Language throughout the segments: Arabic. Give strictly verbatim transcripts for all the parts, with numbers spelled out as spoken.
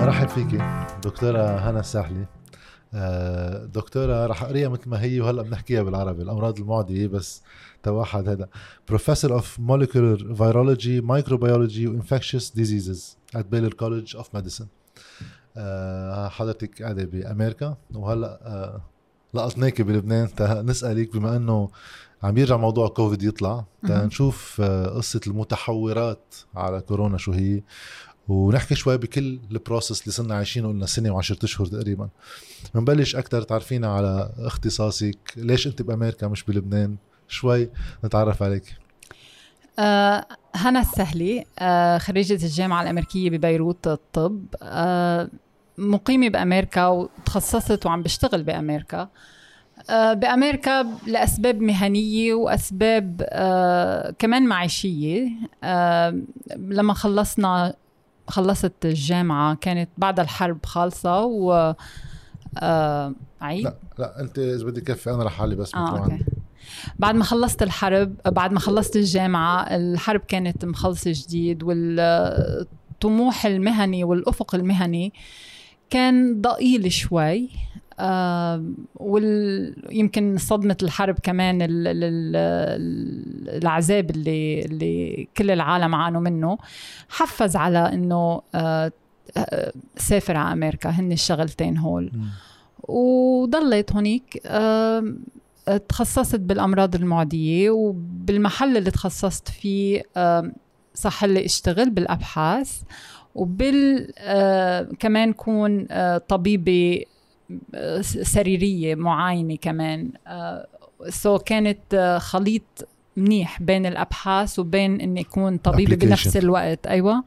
برحب فيكي دكتورة هنا الساحلي. دكتورة رح أقريها مثل ما هي وهلأ بنحكيها بالعربي، الأمراض المعدية بس توحد. هذا Professor of Molecular Virology, Microbiology و Infectious Diseases at Baylor College of Medicine. حضرتك قاعدة بأمريكا وهلأ لقطناكي بلبنان نسألك بما أنه عم يرجع موضوع كوفيد يطلع، نشوف قصة المتحورات على كورونا شو هي، ونحكي شوي بكل البروسس اللي صرنا عايشينه قلنا سنة وعشرة اشهر تقريبا. بنبلش اكتر تعرفينا على اختصاصك، ليش انت بامريكا مش بلبنان، شوي نتعرف عليك. أه هنا السهلي، أه خريجة الجامعة الأمريكية ببيروت الطب، أه مقيمة بأمريكا وتخصصت وعم بشتغل بأمريكا. أه بأمريكا لأسباب مهنية وأسباب أه كمان معيشية. أه لما خلصنا خلصت الجامعة كانت بعد الحرب خالصة و آه عيد لا لا انت اذا بدك كفي انا رح علي بس آه أوكي. بعد ما خلصت الحرب بعد ما خلصت الجامعة الحرب كانت مخلصة جديد، والطموح المهني والأفق المهني كان ضئيل شوي. آه ويمكن صدمة الحرب كمان ال ال العذاب اللي, اللي كل العالم عانوا منه حفز على انه آه سافر على امريكا. هن الشغلتين هول م. وضليت هونيك. آه تخصصت بالامراض المعدية، وبالمحل اللي تخصصت فيه آه صح لي اشتغل بالابحاث، وبال آه كمان كون آه طبيبة سريرية معاينة كمان. سو so كانت خليط منيح بين الأبحاث وبين أن يكون طبيبة بنفس الوقت. أيوة.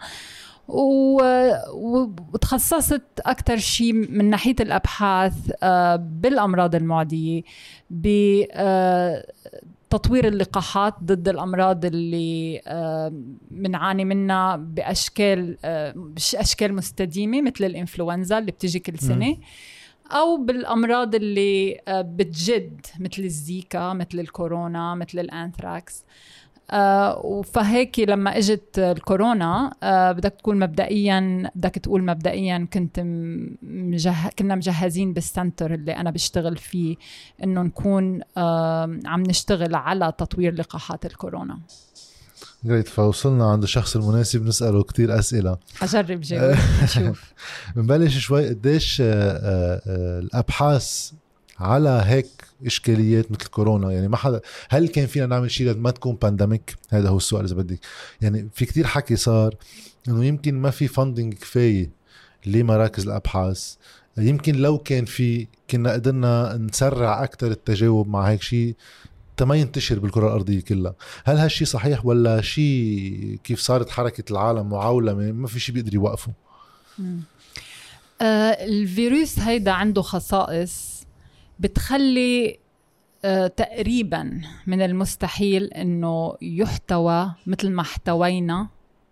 وتخصصت أكتر شيء من ناحية الأبحاث بالأمراض المعدية، بتطوير اللقاحات ضد الأمراض اللي منعاني منها بأشكال بأشكال مستديمة مثل الإنفلونزا اللي بتجي كل سنة م. أو بالأمراض اللي بتجد مثل الزيكا، مثل الكورونا، مثل الأنثراكس. آه فهيك لما اجت الكورونا آه بدك تقول مبدئيا بدك تقول مبدئيا كنت مجه... كنا مجهزين بالسنتر اللي أنا بشتغل فيه إنه نكون آه عم نشتغل على تطوير لقاحات الكورونا. جريت، فوصلنا عند الشخص المناسب نسأله كتير أسئلة. أجرب جاوب نشوف. بنبلش شوي قديش الأبحاث على هيك إشكاليات مثل كورونا، يعني ما حدا هل كان فينا نعمل شيء لما تكون بانديميك؟ هذا هو السؤال إذا بدك. يعني في كتير حكي صار إنه يمكن ما في فاندنج كفاية لمراكز الأبحاث، يمكن لو كان في كنا قدرنا نسرع أكتر التجاوب مع هيك شيء ما ينتشر بالكرة الأرضية كلها. هل هالشي صحيح ولا شيء كيف صارت حركة العالم معولمة ما في شيء بيقدر يوقفه؟ آه الفيروس هيدا عنده خصائص بتخلي آه تقريبا من المستحيل انه يحتوى مثل ما احتوينا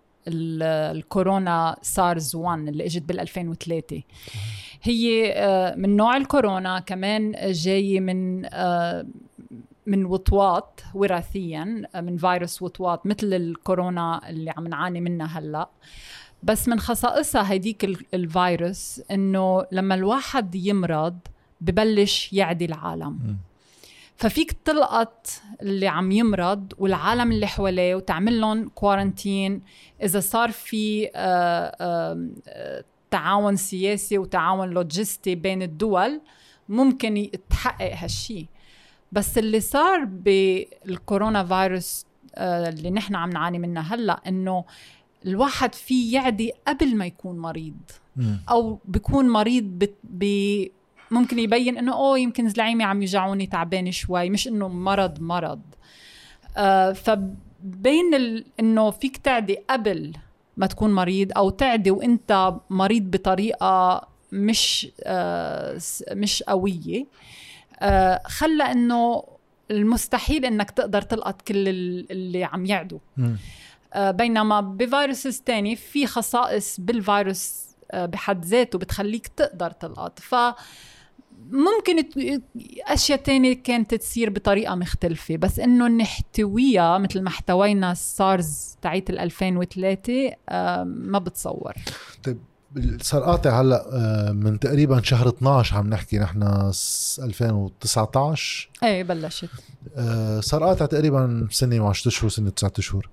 الكورونا سارز واحد اللي اجت بالألفين وثلاثة. هي آه من نوع الكورونا، كمان جاي من آه من وطواط وراثيا، من فيروس وطواط مثل الكورونا اللي عم نعاني منها هلأ. بس من خصائصها هيديك الفيروس انه لما الواحد يمرض ببلش يعدي العالم م. ففيك تلقط اللي عم يمرض والعالم اللي حواليه وتعمل لهم كوارنتين. اذا صار في آآ آآ تعاون سياسي وتعاون لوجستي بين الدول ممكن يتحقق هالشي. بس اللي صار بالكورونا فيروس آه اللي نحن عم نعاني منها هلأ انه الواحد فيه يعدي قبل ما يكون مريض م. او بيكون مريض ب... ب... ممكن يبين انه اوه يمكن زلعيمي عم يجعوني تعبان شوي، مش انه مرض مرض. آه فبين ال... انه فيك تعدي قبل ما تكون مريض او تعدي وانت مريض بطريقة مش آه مش قوية، آه خلى انه المستحيل انك تقدر تلقط كل اللي عم يعدوا. آه بينما بفيروس تاني في خصائص بالفيروس آه بحد ذاته بتخليك تقدر تلقط. فممكن اشياء تانية كانت تصير بطريقة مختلفة، بس انه نحتويها مثل ما احتوينا السارز تاعت الألفين وثلاثة آه ما بتصور. طيب صار قاطع هلا من تقريبا شهر اثناشر عم نحكي نحن ألفين وتسعطعش. ايه بلشت. صار قاطع تقريبا سنة وعشرة اشهر سنة تسعة اشهر.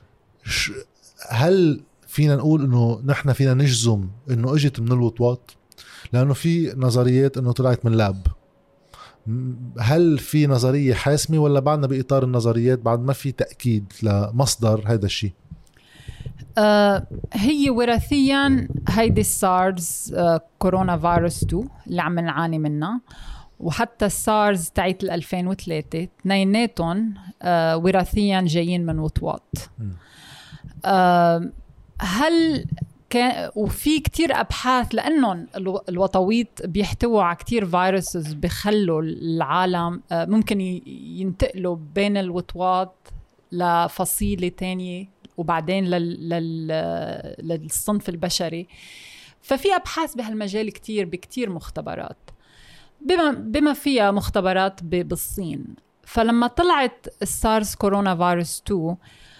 هل فينا نقول انه نحن فينا نجزم انه اجت من الوطواط؟ لانه في نظريات انه طلعت من لاب. هل في نظرية حاسمة ولا بعدنا بإطار النظريات بعد ما في تأكيد لمصدر هذا الشيء؟ آه هي وراثيا هيدي السارز آه كورونا فيروس اثنين اللي عم نعاني منها، وحتى السارز تاعت ألفين وثلاثة اثنيناتهم آه وراثيا جايين من وطواط. آه هل كان وفي كتير أبحاث لأنهم الوطويط بيحتووا على كتير فيروسز بيخلوا العالم آه ممكن ينتقلوا بين الوطواط لفصيلة تانية وبعدين لل... لل... للصنف البشري. ففي أبحاث بهالمجال كتير بكتير مختبرات بما, بما فيها مختبرات ب... بالصين. فلما طلعت السارس كورونا فيروس اثنين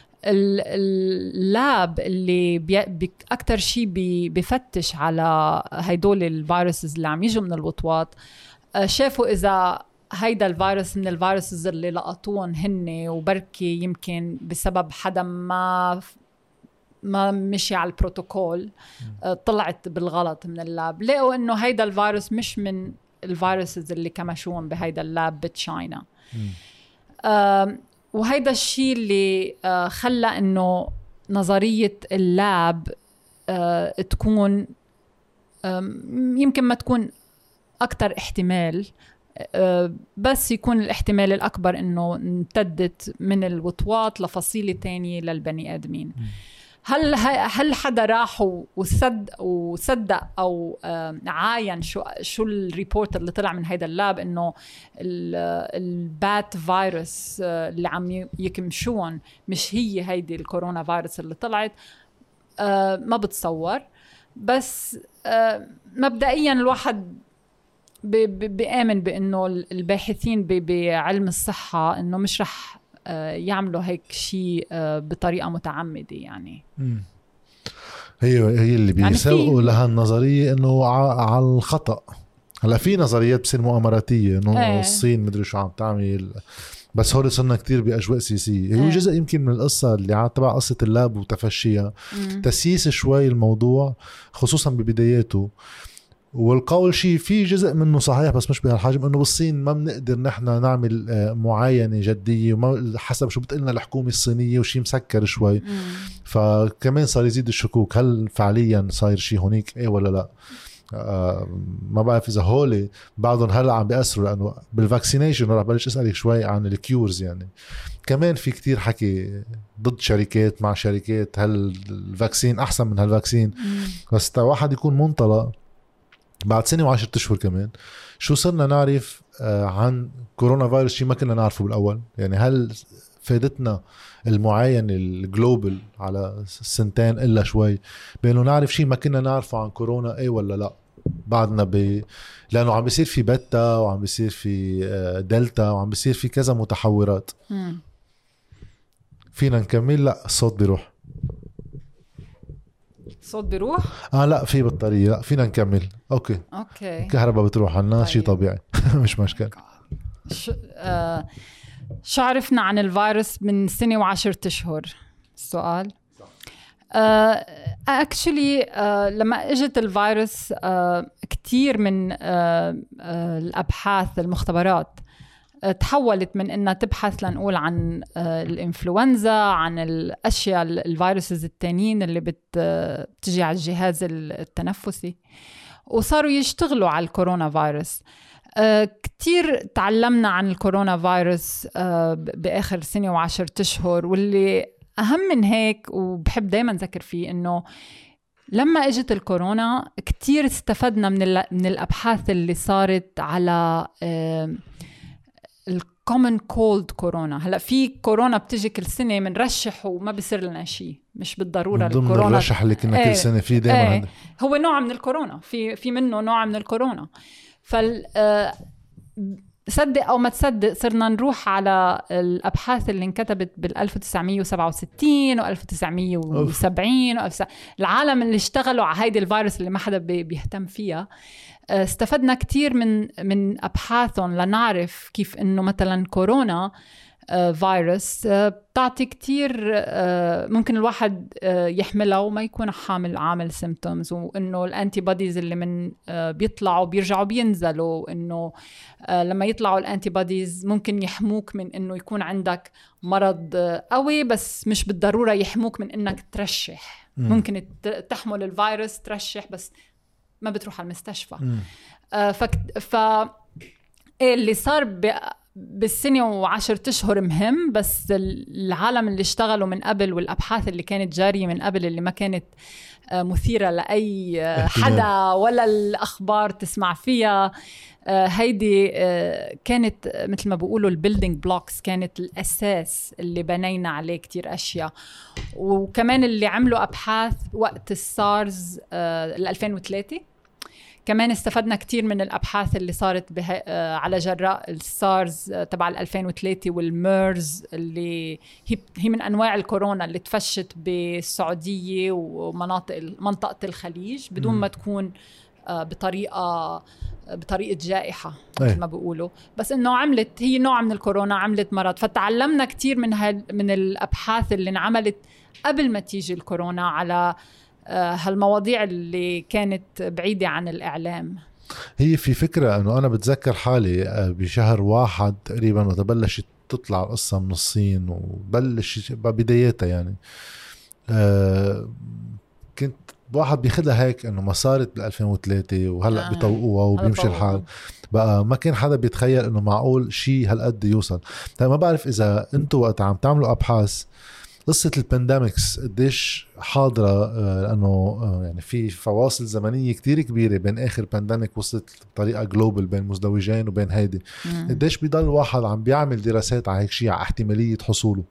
اللاب اللي بي... بي... أكتر شيء بي... بفتش على هيدول الفيروسز اللي عم يجوا من الوطواط، شافوا إذا هيدا الفيروس من الفيروسز اللي لقطوهم هن وبركي يمكن بسبب حدا ما ما مشي على البروتوكول طلعت بالغلط من اللاب، لقوا انه هيدا الفيروس مش من الفيروسز اللي كمشوهم بهيدا اللاب بتشاينا. آه وهيدا الشيء اللي آه خلى انه نظرية اللاب آه تكون آه يمكن ما تكون اكتر احتمال، بس يكون الاحتمال الأكبر إنه امتدت من الوطواط لفصيلة تانية للبني آدمين. هل هل حدا راح وصدق وصدق أو عاين شو شو الريبورت اللي طلع من هيدا اللاب إنه البات فيروس اللي عم يكمشون مش هي هيدي الكورونا فيروس اللي طلعت؟ ما بتصور، بس مبدئيا الواحد بآمن بأنه الباحثين بعلم الصحة أنه مش رح يعملوا هيك شيء بطريقة متعمدة. يعني مم. هي هي اللي بيسوقوا يعني لها النظرية أنه على الخطأ. هلا في نظريات بصير مؤامراتية أنه ايه. الصين مدري شو عم تعمل، بس هول صرنا كتير بأجواء سياسية. هو ايه. جزء يمكن من القصة اللي عاد تبع قصة اللاب وتفشيها، مم. تسييس شوي الموضوع خصوصا ببداياته. والقول شيء في جزء منه صحيح بس مش بهالحجم، انه بالصين ما بنقدر نحن نعمل معاينة جدية وما حسب شو بتقلنا الحكومة الصينية وشي مسكر شوي. مم. فكمان صار يزيد الشكوك هل فعليا صاير شيء هونيك ايه ولا لا. آه ما بعرف اذا هولي بعضهم هلا عم بيأثروا، لانه بالفاكسينيشن رح بلش اسألك شوي عن الكيورز. يعني كمان في كتير حكي ضد شركات مع شركات هل الفاكسين احسن من هالفاكسين. مم. بس تا واحد يكون منطلق بعد سنة وعشرة أشهر كمان شو صرنا نعرف عن كورونا فيروس شيء ما كنا نعرفه بالأول. يعني هل فادتنا المعاينة الجلوبال على سنتين إلا شوي بأنه نعرف شيء ما كنا نعرفه عن كورونا ايه ولا لا بعدنا ب... لأنه عم بيصير في بيتا وعم بيصير في دلتا وعم بيصير في كذا متحورات. م. فينا نكمل؟ لا الصوت بيروح. صوت بيروح؟ اه لا في بطارية، لا فينا نكمل. اوكي اوكي الكهرباء بتروح عنا. طيب. شيء طبيعي مش مشكلة. شو آه شو عرفنا عن الفيروس من سنة وعشرة اشهر؟ السؤال اكشلي uh, uh, لما اجت الفيروس uh, كتير من uh, uh, الابحاث المختبرات تحولت من انها تبحث لنقول عن الانفلونزا، عن الاشياء الفيروسز التانيين اللي بتجي على الجهاز التنفسي، وصاروا يشتغلوا على الكورونا فيروس. كتير تعلمنا عن الكورونا فيروس باخر سنة وعشرة اشهر، واللي اهم من هيك وبحب دايما ذكر فيه انه لما اجت الكورونا كتير استفدنا من من الابحاث اللي صارت على الكومن كولد كورونا. هلا في كورونا بتجي كل سنه بنرشح وما بيصير لنا شيء، مش بالضروره الكورونا الرشح اللي كنا ايه كل سنه في دائما ايه هو نوع من الكورونا، في في منه نوع من الكورونا. فال صدق أو ما تصدق صرنا نروح على الأبحاث اللي انكتبت بالألف وتسعمية وسبعة وستين وألف وتسعمية وسبعين وألف... العالم اللي اشتغلوا على هيدي الفيروس اللي ما حدا بيهتم فيها. استفدنا كتير من من أبحاثهم لنعرف كيف إنه مثلا كورونا فيروس بتعطي كتير ممكن الواحد يحملها وما يكون حامل عامل سيمبتومز، وإنه الأنتي بوديز اللي من بيطلعوا بيرجعوا بينزلوا، إنه لما يطلعوا الأنتي بوديز ممكن يحموك من إنه يكون عندك مرض قوي، بس مش بالضرورة يحموك من إنك ترشح. م. ممكن تحمل الفيروس ترشح بس ما بتروح على المستشفى. ف... ف... اللي صار ب... بالسنة وعشرة أشهر مهم، بس العالم اللي اشتغلوا من قبل والأبحاث اللي كانت جارية من قبل اللي ما كانت مثيرة لأي حدا ولا الأخبار تسمع فيها، هيدي كانت مثل ما بيقولوا البيلدينج بلوكس، كانت الأساس اللي بنينا عليه كتير أشياء. وكمان اللي عملوا أبحاث وقت السارز ألفين وثلاثة كمان استفدنا كتير من الأبحاث اللي صارت به... على جراء السارز تبع ألفين وثلاثة والميرز اللي هي هي من أنواع الكورونا اللي تفشت بالسعودية ومناطق منطقة الخليج بدون ما تكون بطريقة بطريقة جائحة مثل ما بيقولوا، بس إنه عملت هي نوع من الكورونا، عملت مرض. فتعلمنا كتير من هال... من الأبحاث اللي انعملت قبل ما تيجي الكورونا على هالمواضيع اللي كانت بعيدة عن الإعلام. هي في فكرة أنه أنا بتذكر حالي بشهر واحد تقريبا وتبلشت تطلع القصة من الصين وبلش بدايتها يعني أه كنت واحد بيخدها هيك أنه ما صارت بالألفين وثلاثة وهلأ آه. بيطوقوها وبيمشي الحال بقى. ما كان حدا بيتخيل أنه معقول شيء هالقد يوصل. طيب ما بعرف إذا أنتوا وقت عم تعملوا أبحاث قصة البانديميكس قديش حاضرة، لأنه يعني في فواصل زمنية كتير كبيرة بين آخر بانديميك وصلت بطريقة جلوبال بين مزدوجين وبين هيدي. قديش بيضل واحد عم بيعمل دراسات على هيك شيء، على احتمالية حصوله؟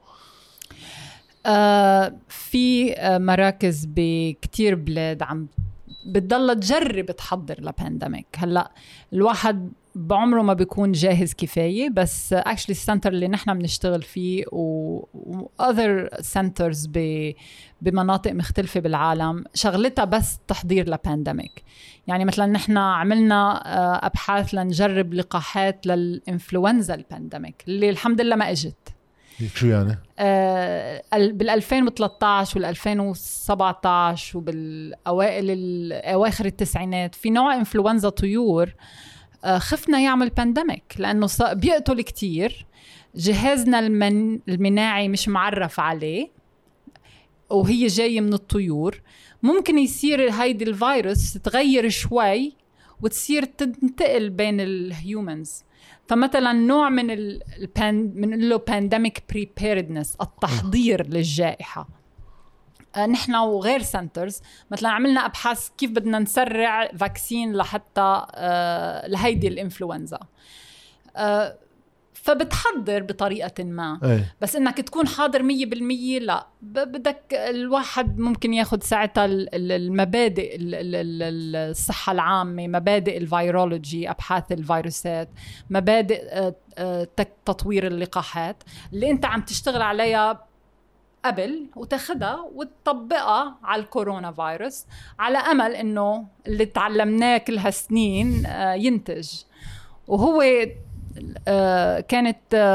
آه في مراكز بكتير بلاد عم بتضل تجرب تحضر لبانديميك. هلأ الواحد بعمره ما بيكون جاهز كفاية، بس actually السنتر اللي نحنا بنشتغل فيه و other centers بمناطق مختلفة بالعالم شغلتها بس تحضير لبانديميك. يعني مثلا نحنا عملنا أبحاث لنجرب لقاحات للإنفلونزا البانديميك اللي الحمد لله ما اجت. شو يعني؟ آه بالألفين وثلاثة عشر والألفين وسبعة عشر وبالأوائل الأواخر التسعينات في نوع إنفلونزا طيور خفنا يعمل بانديميك لأنه بيقتل كتير، جهازنا المن... المناعي مش معرف عليه وهي جاية من الطيور. ممكن يصير هيدي الفيروس تغير شوي وتصير تنتقل بين الهيومنز. فمثلا نوع من البان من له بانديميك بريبيردنس، التحضير للجائحة. آه نحن وغير سنترز مثلا عملنا أبحاث كيف بدنا نسرع فاكسين لحتى آه لهيدي الإنفلونزا. آه فبتحضر بطريقة ما أي. بس إنك تكون حاضر مية بالمية لا، بدك الواحد ممكن ياخد ساعتها المبادئ الصحة العامة، مبادئ الفيرولوجي، أبحاث الفيروسات، مبادئ تطوير اللقاحات اللي أنت عم تشتغل عليها قبل وتاخدها وتطبقها على الكورونا فيروس على أمل إنه اللي تعلمناه كل هالسنين ينتج. وهو كانت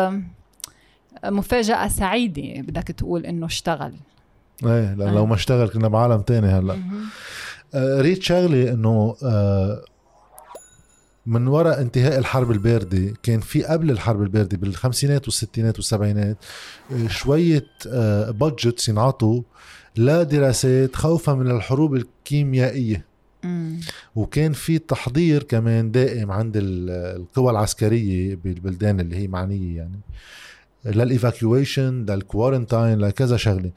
مفاجأة سعيدة بدك تقول إنه اشتغل. ايه لو آه. ما اشتغل كنا بعالم تاني هلأ. آه ريت شغلي إنه آه من وراء انتهاء الحرب الباردة كان في قبل الحرب الباردة بالخمسينات والستينات والسبعينات شوية بادجت ينعطوا لدراسات خوفا من الحروب الكيميائية. مم. وكان في تحضير كمان دائم عند القوى العسكرية بالبلدان اللي هي معنية يعني للإيفاكيويشن للكوارنتاين لكذا شغلة.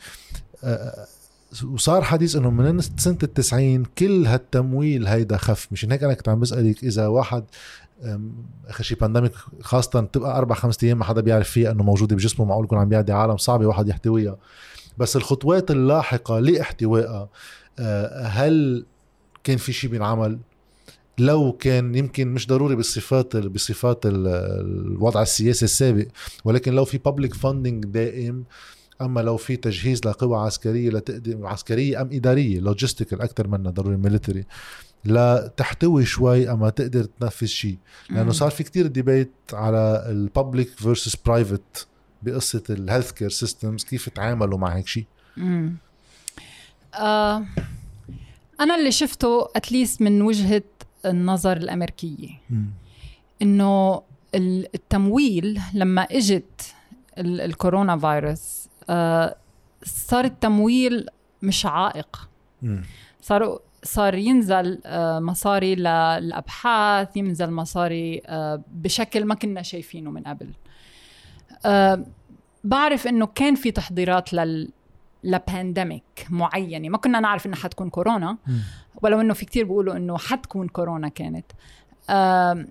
وصار حديث انه من سنة التسعين كل هالتمويل هيدا خف. مش هيك انا كنت عم بسألك اذا واحد اخر شي بانديميك خاصة تبقى اربع خمسة ايام ما حدا بيعرف فيها انه موجودة بجسمه، معقول يكون عم بيعدي عالم صعبة واحد يحتويها، بس الخطوات اللاحقة لاحتوائها هل كان في شي بينعمل لو كان يمكن مش ضروري بالصفات بصفات الوضع السياسي السابق، ولكن لو في public funding دائم، أما لو في تجهيز لقوى عسكرية لتقدم عسكرية أم إدارية لوجيستيكال أكتر منها ضروري ميليتري لا تحتوي شوي أما تقدر تنفذ شيء. لأنه صار في كتير ديبيت على الببليك versus برايفت بقصة الهيلث كير سيستمز، كيف تعاملوا مع هيك شيء. آه أنا اللي شفته أتليست من وجهة النظر الأمريكية م. إنه التمويل لما إجت الكورونا فيروس آه صار التمويل مش عائق، صار صار ينزل آه مصاري للأبحاث، ينزل مصاري آه بشكل ما كنا شايفينه من قبل. آه بعرف إنه كان في تحضيرات لل لبانديميك معينة، ما كنا نعرف إنها حتكون كورونا، ولو إنه في كتير بيقولوا إنه حتكون كورونا كانت. آه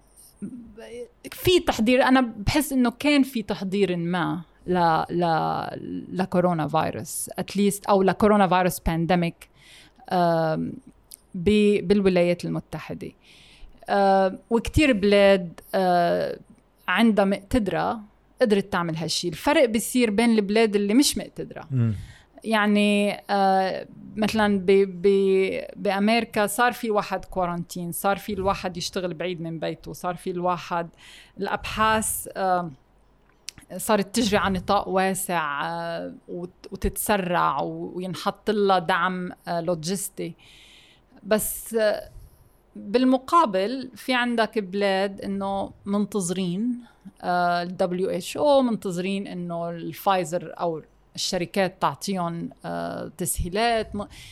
في تحضير، أنا بحس إنه كان في تحضير ما ل ل لكورونا فيروس أتليست أو لكورونا فيروس بانديميك آه بالولايات المتحدة. آه وكتير بلاد آه عندها مقتدرة قدرت تعمل هالشي. الفرق بيصير بين البلاد اللي مش مقتدرة. م. يعني آه مثلا بأمريكا صار في واحد كورانتين، صار في الواحد يشتغل بعيد من بيته، صار في الواحد الأبحاث آه صارت تجري على نطاق واسع آه وتتسرع وينحط لها دعم آه لوجستي. بس آه بالمقابل في عندك بلاد إنه منتظرين آه ال دبليو إتش أو منتظرين إنه الفايزر أو الشركات تعطيهم آه تسهيلات.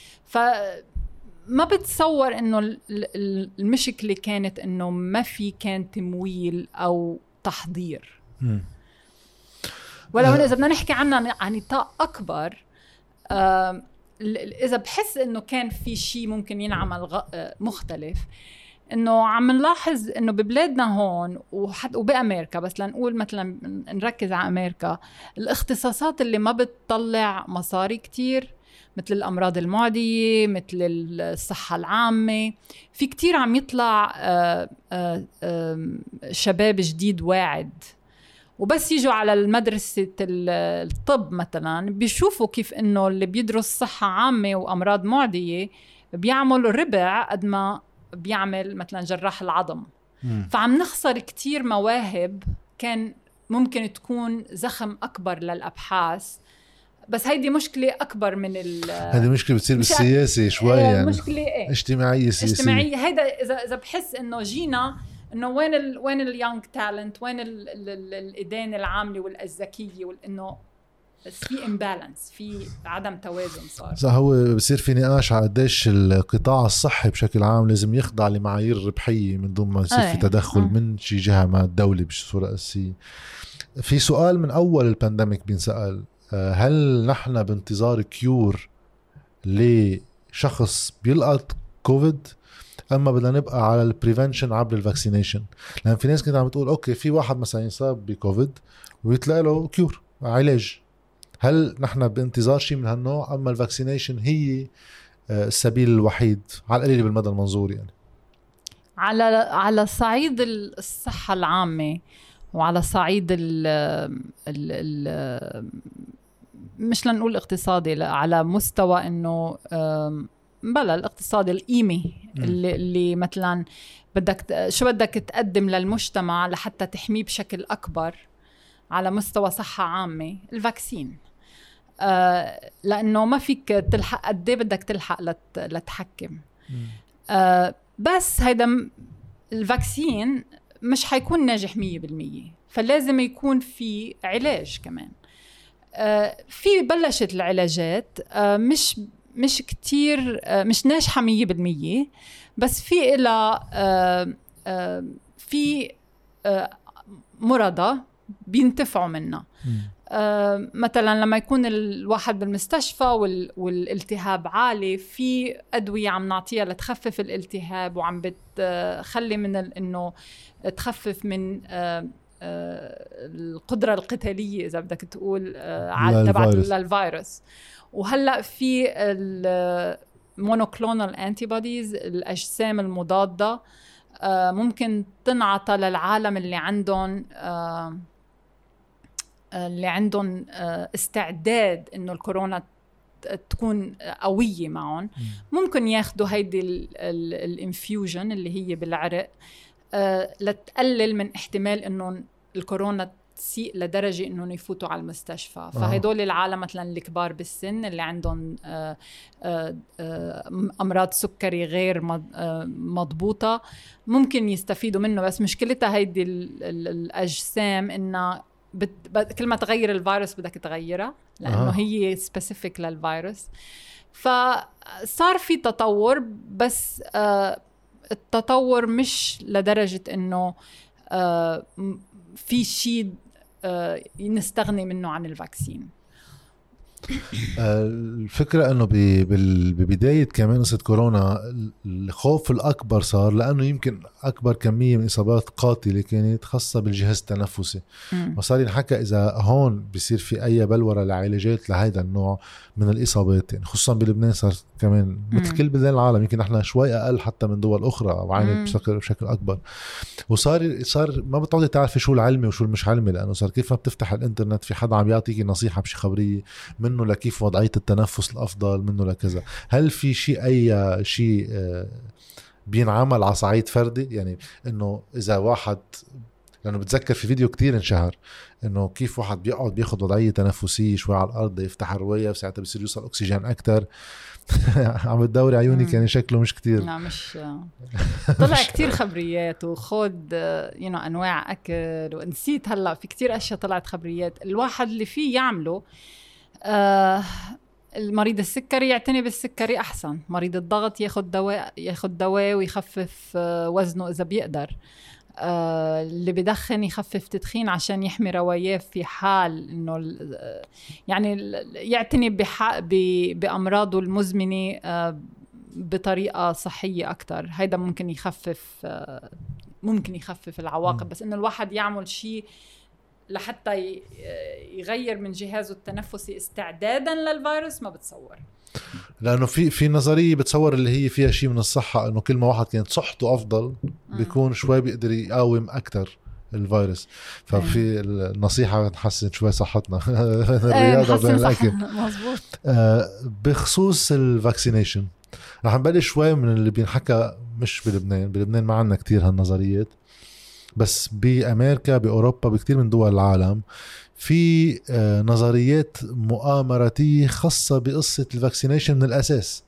فما بتصور إنه المشكلة كانت إنه ما في كان تمويل أو تحضير. م. ولو إذا بدنا نحكي عنها عن نطاق أكبر، آه إذا بحس إنه كان في شيء ممكن ينعمل مختلف، إنه عم نلاحظ إنه ببلادنا هون وحتى وبأمريكا، بس لنقول مثلا نركز على أمريكا، الاختصاصات اللي ما بتطلع مصاري كتير مثل الأمراض المعدية، مثل الصحة العامة، في كتير عم يطلع آآ آآ شباب جديد واعد، وبس يجوا على المدرسة الطب مثلا بيشوفوا كيف إنه اللي بيدرس صحة عامة وأمراض معدية بيعمل ربع قد ما بيعمل مثلا جراح العظم. مم. فعم نخسر كتير مواهب كان ممكن تكون زخم أكبر للأبحاث. بس هيدي مشكلة أكبر من ال هذه مشكلة بتصير بالسياسة شوي، يعني مشكلة إيه؟ اجتماعية سياسية اجتماعية. هيدا إذا إذا بحس إنه جينا إنه وين ال وين اليونج تالنت، وين ال ال ال الإدانة العاملة والذكية، وإنه في امبالانس، في عدم توازن صار. صح. هو بصير في نقاش على قديش القطاع الصحي بشكل عام لازم يخضع لمعايير ربحية من دون ما يصير في تدخل أي. من شي جهة ما الدولة بصورة أساسية. في سؤال من أول البانديميك بينسأل، هل نحن بانتظار كيور لشخص بيلقط كوفيد، أما بدنا نبقى على البريفنشن عبر الفاكسينيشن؟ لأن في ناس كده عم تقول أوكي في واحد مثلا ينصاب بكوفيد ويتلاقي له كيور علاج، هل نحن بانتظار شيء من هالنوع، أما الفاكسينيشن هي السبيل الوحيد على القليل بالمدى المنظور؟ يعني على على صعيد الصحة العامة وعلى صعيد ال ال مش لنقول اقتصادي، على مستوى إنه بلا الاقتصاد القيمة اللي, اللي مثلا بدك شو بدك تقدم للمجتمع لحتى تحميه بشكل أكبر على مستوى صحة عامة، الفاكسين. آه لأنه ما فيك تلحق قد ايه بدك تلحق لت لتحكم. آه بس هيدا الفاكسين مش حيكون ناجح مية بالمية، فلازم يكون في علاج كمان. آه في بلشت العلاجات آه مش مش كتير آه مش ناجحة مية بالمية، بس في إلى آه آه في آه مرضى بينتفعوا منها. آه مثلا لما يكون الواحد بالمستشفى وال والالتهاب عالي، في أدوية عم نعطيها لتخفف الالتهاب وعم بتخلي من إنه تخفف من آه آه القدرة القتالية إذا بدك تقول آه على تبع الفيروس. وهلأ في المونوكلونال أنتيبوديز، الأجسام المضادة ممكن تنعطى للعالم اللي عندهم اللي عندهم استعداد إنه الكورونا تكون قوية معهم. ممكن ياخدوا هيدي الانفيوجن اللي هي بالعرق لتقلل من احتمال إنه الكورونا تسيء لدرجة إنهم يفوتوا على المستشفى. فهدول العالم مثلا الكبار بالسن اللي عندهم أمراض سكري غير مضبوطة ممكن يستفيدوا منه. بس مشكلتها هيدي الأجسام إنها بت... كل ما تغير الفيروس بدك تغيرها لأنه آه. هي سبيسيفيك للفيروس. فصار في تطور بس آه التطور مش لدرجة إنه آه في شيء آه نستغني منه عن الفاكسين. الفكرة أنه ببداية كمان قصة كورونا الخوف الأكبر صار لأنه يمكن أكبر كمية من إصابات قاتلة كانت خاصة بالجهاز التنفسي. وصار ينحكى إذا هون بيصير في أي بلورة لعلاجات لهذا النوع من الإصابات، يعني خصوصا بلبنان صار كمان مثل كل بلدان العالم، يمكن نحن شوي أقل حتى من دول أخرى وعانت بشكل, بشكل أكبر. وصار صار ما بتعودي تعرفي شو العلمي وشو المش علمي، لأنه صار كيف ما بتفتح الإنترنت في حدا عم يعطيكي نصيحة بشي خبرية منه لكيف وضعية التنفس الأفضل، منه لكذا. هل في شيء أي شيء بينعمل على صعيد فردي؟ يعني إنه إذا واحد، لأنه بتذكر في فيديو كتير انشهر إنه كيف واحد بيقعد بياخد وضعية تنفسية شوي على الأرض يفتح الرواية وساعتها بيصير يوصل أكسجين أكتر. عم بتدوري عيوني كان شكله مش كتير. لا مش طلع كتير خبريات وخد ينو أنواع أكل ونسيت هلأ في كتير أشياء طلعت خبريات. الواحد اللي فيه يعمله آه المريض السكري يعتني بالسكري أحسن، مريض الضغط ياخد دواء ياخد دواء ويخفف آه وزنه إذا بيقدر، آه اللي بدخن يخفف تدخين عشان يحمي رواياه في حال إنه يعني يعتني بأمراضه المزمنة آه بطريقة صحية أكتر. هيدا ممكن يخفف آه ممكن يخفف العواقب. بس إنه الواحد يعمل شيء لحتى يغير من جهازه التنفسي استعدادا للفيروس ما بتصور. لأنه في في نظرية بتصور اللي هي فيها شيء من الصحة، إنه كل ما واحد كانت صحته أفضل بيكون شوي بيقدر يقاوم أكتر الفيروس. ففي النصيحة نحسن شوي صحتنا الرياضة بين الأكل. مظبوط. آه بخصوص الفاكسينيشن رح نبلش شوي من اللي بينحكى مش بلبنان. بلبنان ما عنا كتير هالنظريات، بس بأمريكا بأوروبا بكتير من دول العالم في آه نظريات مؤامراتية خاصة بقصة الفاكسينيشن من الأساس.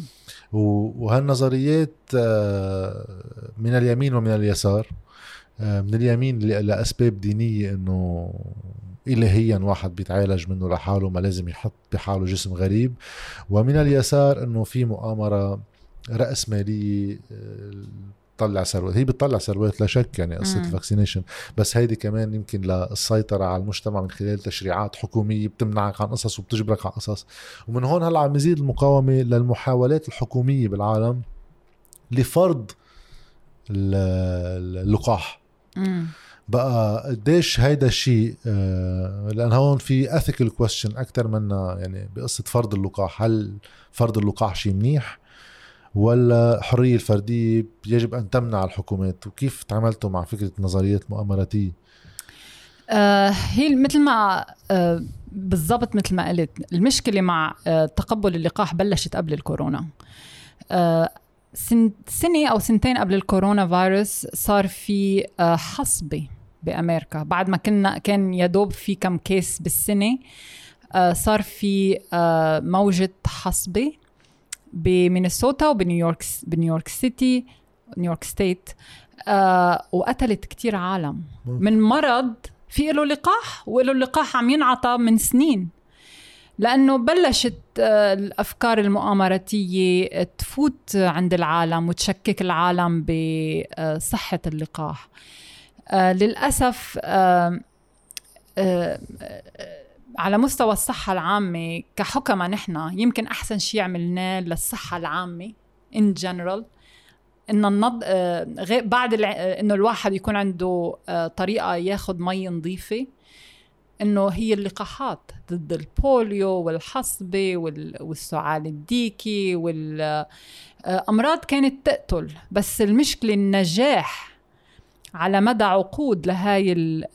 وهالنظريات آه من اليمين ومن اليسار. آه من اليمين لأسباب دينية إنه إلهيا واحد بيتعالج منه لحاله ما لازم يحط بحاله جسم غريب، ومن اليسار إنه في مؤامرة رأس مالية آه تطلع ثروات. هي بتطلع ثروات لا شك، يعني قصة الفاكسينيشن، بس هيدي كمان يمكن للسيطرة على المجتمع من خلال تشريعات حكومية بتمنعك عن قصص وبتجبرك عن قصص. ومن هون هلأ عم يزيد المقاومة للمحاولات الحكومية بالعالم لفرض اللقاح. بقى قديش هيدا الشيء آه لأن هون في ethical question أكتر منا يعني بقصة فرض اللقاح. هل فرض اللقاح شيء منيح ولا حرية الفردية يجب أن تمنع الحكومات؟ وكيف تعاملتوا مع فكرة نظريات مؤامراتية؟ آه هي مثل ما آه بالضبط مثل ما قلت، المشكلة مع آه تقبل اللقاح بلشت قبل الكورونا. آه سنة أو سنتين قبل الكورونا فيروس صار في آه حصبة بأمريكا. بعد ما كنا كان يدوب في كم كيس بالسنة آه صار في آه موجة حصبة بمينيسوتا وبنيويورك بنيويورك سيتي نيويورك ستيت آه وقتلت كتير عالم من مرض في له لقاح، وله اللقاح عم ينعطى من سنين. لأنه بلشت آه الأفكار المؤامراتية تفوت عند العالم وتشكك العالم بصحة اللقاح. آه للأسف آه آه على مستوى الصحة العامة كحكمة نحن يمكن أحسن شيء عملناه للصحة العامة in general إن النض... بعد الع... إنه الواحد يكون عنده طريقة ياخد مي نظيفة إنه هي اللقاحات ضد البوليو والحصبة والسعال الديكي والأمراض كانت تقتل، بس المشكلة النجاح على مدى عقود لهاي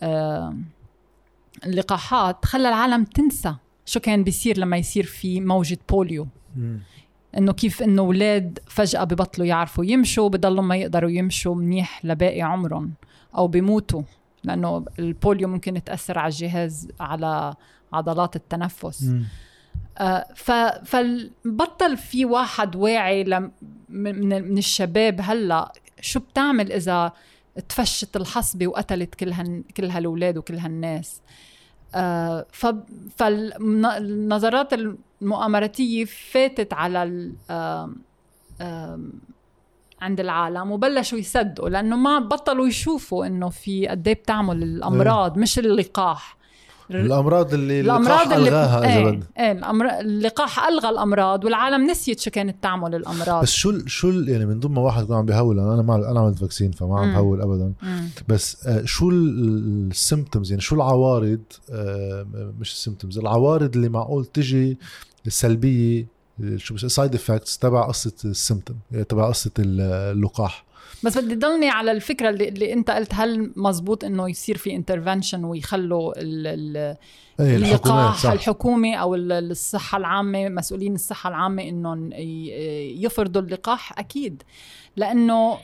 اللقاحات خلى العالم تنسى شو كان بيصير لما يصير في موجة بوليو. م. إنه كيف إنه أولاد فجأة ببطلوا يعرفوا يمشوا، بضلوا ما يقدروا يمشوا منيح لباقي عمرهم أو بيموتوا، لأنه البوليو ممكن تأثر على الجهاز، على عضلات التنفس. آه فبطل في واحد واعي لم من, من الشباب هلأ شو بتعمل إذا تفشت الحصبة وقتلت كل, هن كل هالأولاد وكل هالناس. آه فالنظرات المؤامراتية فاتت على آه آه عند العالم وبلشوا يصدقوا، لأنه ما بطلوا يشوفوا إنه في قديه بتعمل الأمراض. مش اللقاح، الأمراض اللي اللقاح ألغاها. ايه, ايه الأمر... اللقاح ألغى الأمراض والعالم نسيت شو كانت تعمل الأمراض. بس شو شو يعني من ضمن ما واحد يكون عم بيهول، أنا ما أنا عملت فاكسين فما عم بهول أبدا. مم. بس آه شو السيمبتومز، يعني شو العوارض، آه مش السيمبتومز، العوارض اللي معقول تجي السلبية، شو بس سايد افكتس تبع قصة السيمبتوم، تبع قصة اللقاح. بس بدي ضلني على الفكرة اللي, اللي انت قلت، هل مزبوط انه يصير في انترفنشن ويخلوا اللقاح الحكومي او الصحة العامة، مسؤولين الصحة العامة انهم يفرضوا اللقاح؟ اكيد، لانه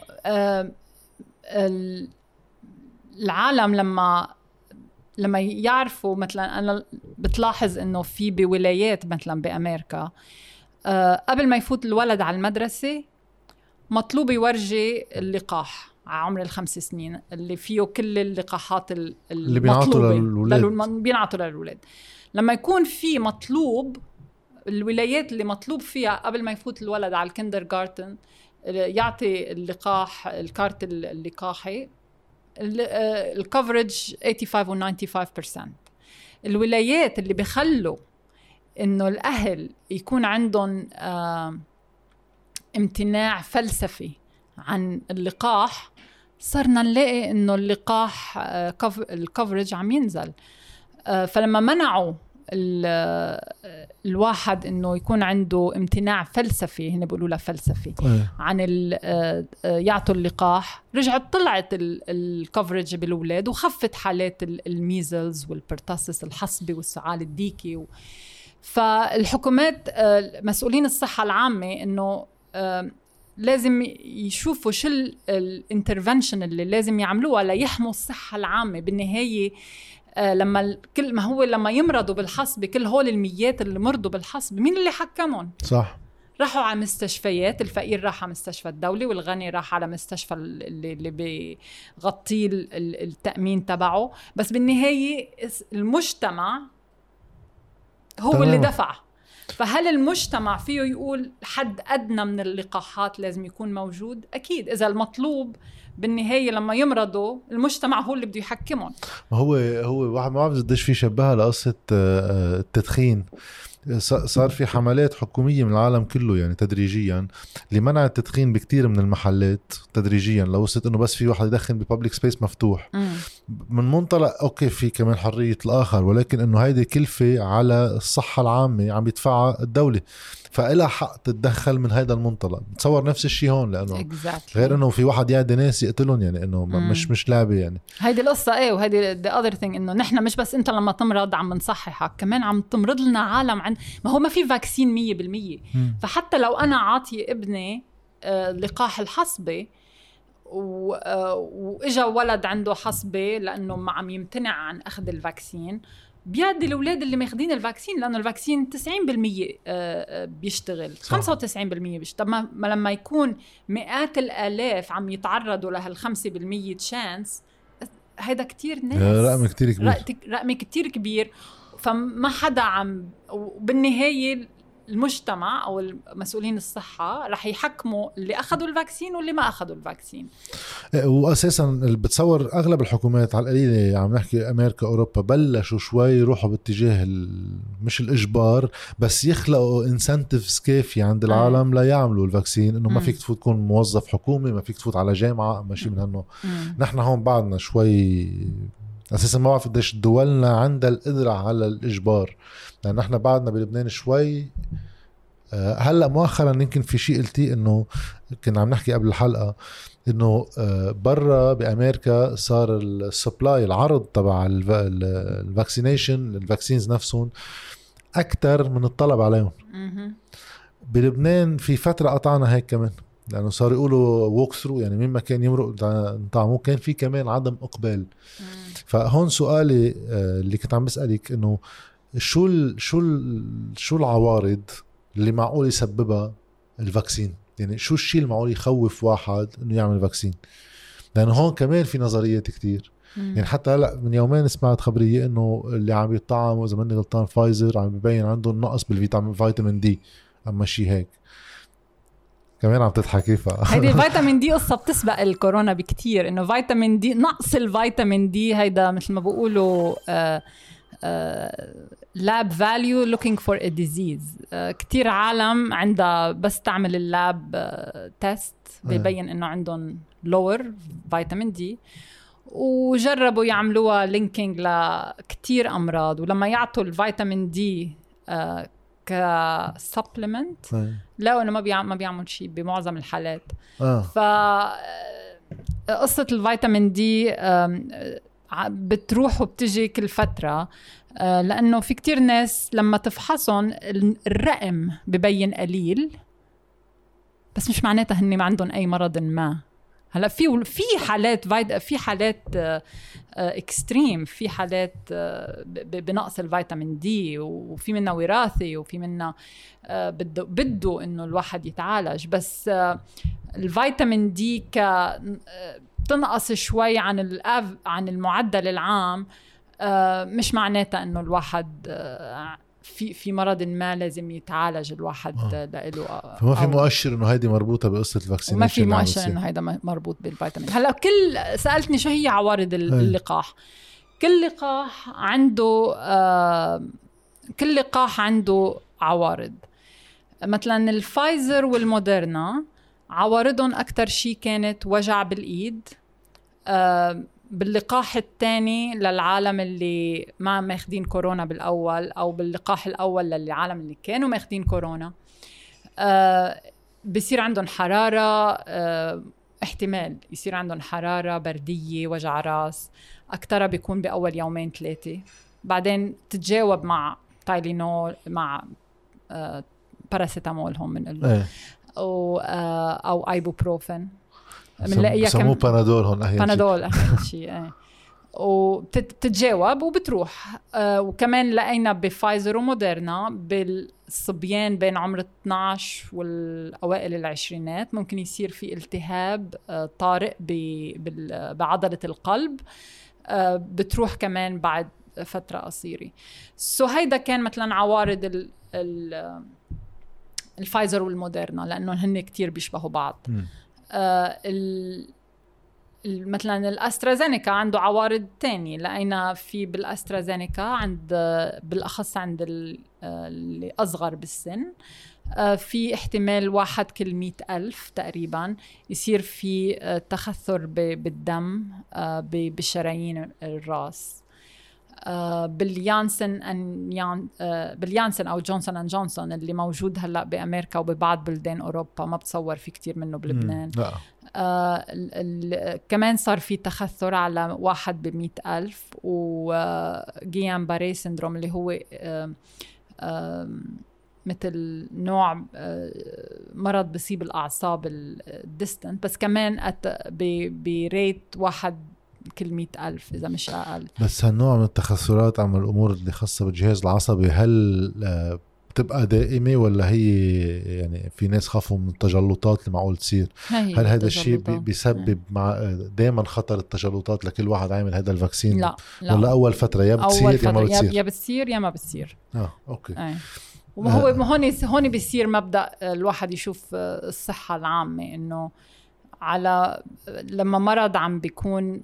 العالم لما لما يعرفوا، مثلا انا بتلاحظ انه في بولايات مثلا بامريكا قبل ما يفوت الولد على المدرسة مطلوب يورجي اللقاح على عمر الخمس سنين اللي فيه كل اللقاحات اللي بينعطوا للولاد. بينعطوا للولاد. لما يكون في مطلوب، الولايات اللي مطلوب فيها قبل ما يفوت الولد على الكندرغارتن يعطي اللقاح، الكارت اللقاحي، الكفرج ثمانية وثمانين و خمسة وتسعين بالمية. الولايات اللي بيخلوا إنه الأهل يكون عندهم آه امتناع فلسفي عن اللقاح، صرنا نلاقي إنه اللقاح آه الكفرج عم ينزل. آه فلما منعوا الواحد إنه يكون عنده امتناع فلسفي، هنا بيقولوا له فلسفي، عن يعطوا اللقاح، رجعت طلعت الكفرج بالأولاد وخفت حالات الميزلز والبرتاسس، الحصبة والسعال الديكي و... فالحكومات مسؤولين الصحة العامة إنه لازم يشوفوا شو الانترفنشن اللي لازم يعملوها ليحموا الصحة العامة. بالنهاية لما كل ما هو لما يمرضوا بالحصبة، كل هول الميات اللي مرضوا بالحصبة مين اللي حكمهم؟ صح، راحوا على مستشفيات، الفقير راح على مستشفى الدولي والغني راح على مستشفى اللي, اللي بيغطيه التأمين تبعه. بس بالنهاية المجتمع هو طبعا اللي دفع. فهل المجتمع فيه يقول حد أدنى من اللقاحات لازم يكون موجود؟ أكيد. إذا المطلوب بالنهاية لما يمرضوا المجتمع هو اللي بده يحكمهم. ما هو هو واحد ما بعرف قديش في شبهها لقصة التدخين. صار في حملات حكومية من العالم كله يعني تدريجيا لمنع التدخين بكتير من المحلات تدريجيا، لو وصلت انه بس في واحد يدخن ببابليك سبيس مفتوح. م. من منطلق اوكي في كمان حرية الاخر، ولكن انه هيدي كلفة على الصحة العامة عم يدفعها الدولة، فإلها حق تتدخل من هذا المنطلق. بتصور نفس الشيء هون، لانه exactly. غير انه في واحد يعدي ناس يقتلون، يعني انه م. مش مش لعبة يعني. هيدي القصة ايه، وهيدي the other thing انه نحن مش بس انت لما تمرض عم نصححك، كمان عم تمرض لنا عالم عن ما هو ما في فاكسين مية بالمية. فحتى لو أنا عاطي ابني آه لقاح الحصبة وإجا ولد عنده حصبة لأنه ما عم يمتنع عن أخذ الفاكسين، بيعدي الأولاد اللي ماخدين الفاكسين، لأنه الفاكسين تسعين بالمية آه بيشتغل، خمسة وتسعين بالمية بيشتغل. ما لما يكون مئات الآلاف عم يتعرضوا لهالخمسة بالمية تشانس، هيدا كتير ناس، رقم كتير كبير، رقم كتير كبير. فما حدا عم، وبالنهاية المجتمع أو المسؤولين الصحة رح يحكموا اللي أخذوا الفاكسين واللي ما أخذوا الفاكسين. وأساسا بتصور أغلب الحكومات على القليلة، عم نحكي أمريكا أوروبا، بلشوا شوي يروحوا باتجاه مش الإجبار بس يخلقوا انسنتيفز كافية عند العالم لا يعملوا الفاكسين، إنه ما فيك تفوت تكون موظف حكومي، ما فيك تفوت على جامعة، ماشي من هنو. نحن هون بعدنا شوي اساسا ما بعرف قديش دولنا عندها القدره على الاجبار، لان احنا بعدنا بلبنان شوي. هلا مؤخرا يمكن في شيء قلتي انه كنا عم نحكي قبل الحلقه انه برا بامريكا صار السبلاي العرض تبع الفاكسينيشن الفاكسينز نفسهم اكثر من الطلب عليهم. بلبنان في فتره قطعنا هيك كمان، لانه صار يقولوا ووك ثرو، يعني مين ما كان يمرق طعمه كان في كمان عدم اقبال. فهون سؤالي اللي كنت عم بسالك انه شو ال شو ال شو العوارض اللي معقول يسببها الفاكسين؟ يعني شو الشيء المعقول يخوف واحد انه يعمل فاكسين؟ لانه هون كمان في نظريات كتير. مم. يعني حتى هلا من يومين سمعت خبريه انه اللي عم يطعموا اذا ماني غلطان فايزر عم ببين عندهم نقص بالفيتامين فيتامين دي، اما شيء هيك كمان عم تضحكي. ف هيدي الفيتامين دي قصه بتسبق الكورونا بكتير، انه فيتامين دي نقص الفيتامين دي هيدا مثل ما بيقولوا آه لاب فاليو لوكينج فور ا ديزيز. كتير عالم عندها بس تعمل اللاب تيست بيبين انه عندهم لور فيتامين دي، وجربوا يعملوها لينكينج لكتير امراض، ولما يعطوا الفيتامين دي كسبلمنت لقوا انه ما بيعمل ما بيعمل شيء بمعظم الحالات. آه. ف قصه الفيتامين دي بتروح وبتجي كل فترة، لأنه في كتير ناس لما تفحصهم الرقم ببين قليل، بس مش معناتها هني ما عندهم أي مرض ما. هلا في في حالات في حالات اكستريم، في حالات بنقص الفيتامين دي، وفي منها وراثي، وفي منها بده بده إنه الواحد يتعالج. بس الفيتامين دي ك تنقص شوي عن الأف عن المعدل العام، مش معناتها انه الواحد في في مرض ما لازم يتعالج الواحد آه. لإله. فما في مؤشر انه هيدي مربوطه بقصه الفاكسينيشن؟ ما في مؤشر انه هيدا مربوط بالفيتامين. هلا كل سالتني شو هي عوارض اللقاح. كل لقاح عنده آه كل لقاح عنده عوارض. مثلا الفايزر والموديرنا عوارضهم أكتر شيء كانت وجع بالإيد. آه باللقاح الثاني للعالم اللي ما ماخدين كورونا بالأول، أو باللقاح الأول للعالم اللي كانوا ماخدين كورونا، آه بيصير عندهم حرارة، آه احتمال يصير عندهم حرارة، بردية، وجع راس. أكتر بيكون بأول يومين ثلاثة، بعدين تتجاوب مع تايلينول مع آه باراسيتامول هم بنقول أو أو أيبوبروفين. بنلاقيها كم بانادول هون أهين بانادول أهين شيء ايه. وبتتجاوب وبتروح. آه وكمان لقينا بفايزر وموديرنا بالصبيان بين عمر اثناشر والأوائل العشرينات ممكن يصير في التهاب آه طارئ بعضلة القلب، آه بتروح كمان بعد فترة قصيرة. سو هيدا كان مثلا عوارض ال ال الفايزر والموديرنا، لأنه هن كتير بيشبهوا بعض. آه مثلا الأسترازينيكا عنده عوارض تانية. لقينا في بالأسترازينيكا عند بالأخص عند اللي أصغر بالسن آه في احتمال واحد كل مئة ألف تقريبا يصير في آه تخثر بالدم آه بالشرايين الراس. آه باليانسن أن يان آه باليانسن أو جونسون أن جونسون اللي موجود هلأ بأمريكا وببعض بلدان أوروبا، ما بتصور في كتير منه بلبنان. آه ال ال كمان صار في تخثر على واحد بمئة ألف. وجيان باري سيندروم اللي هو آه آه مثل نوع آه مرض بيصيب الأعصاب الديستنت، بس كمان بريت واحد كل مئة ألف إذا مش أقل. بس هالنوع من التخثرات عم الأمور اللي خاصة بالجهاز العصبي هل بتبقى دائمة ولا هي يعني في ناس خافوا من التجلطات اللي معقول تصير؟ هل هذا الشيء بيسبب مع دائما خطر التجلطات لكل واحد عامل هذا الفاكسين؟ لا, لا. ولا أول فترة يا بتصير يا ما بتصير؟ يا بتصير يا ما بتصير. آه أوكي. أي. وهو هون هون بيصير مبدأ الواحد يشوف الصحة العامة، إنه على لما مرض عم بيكون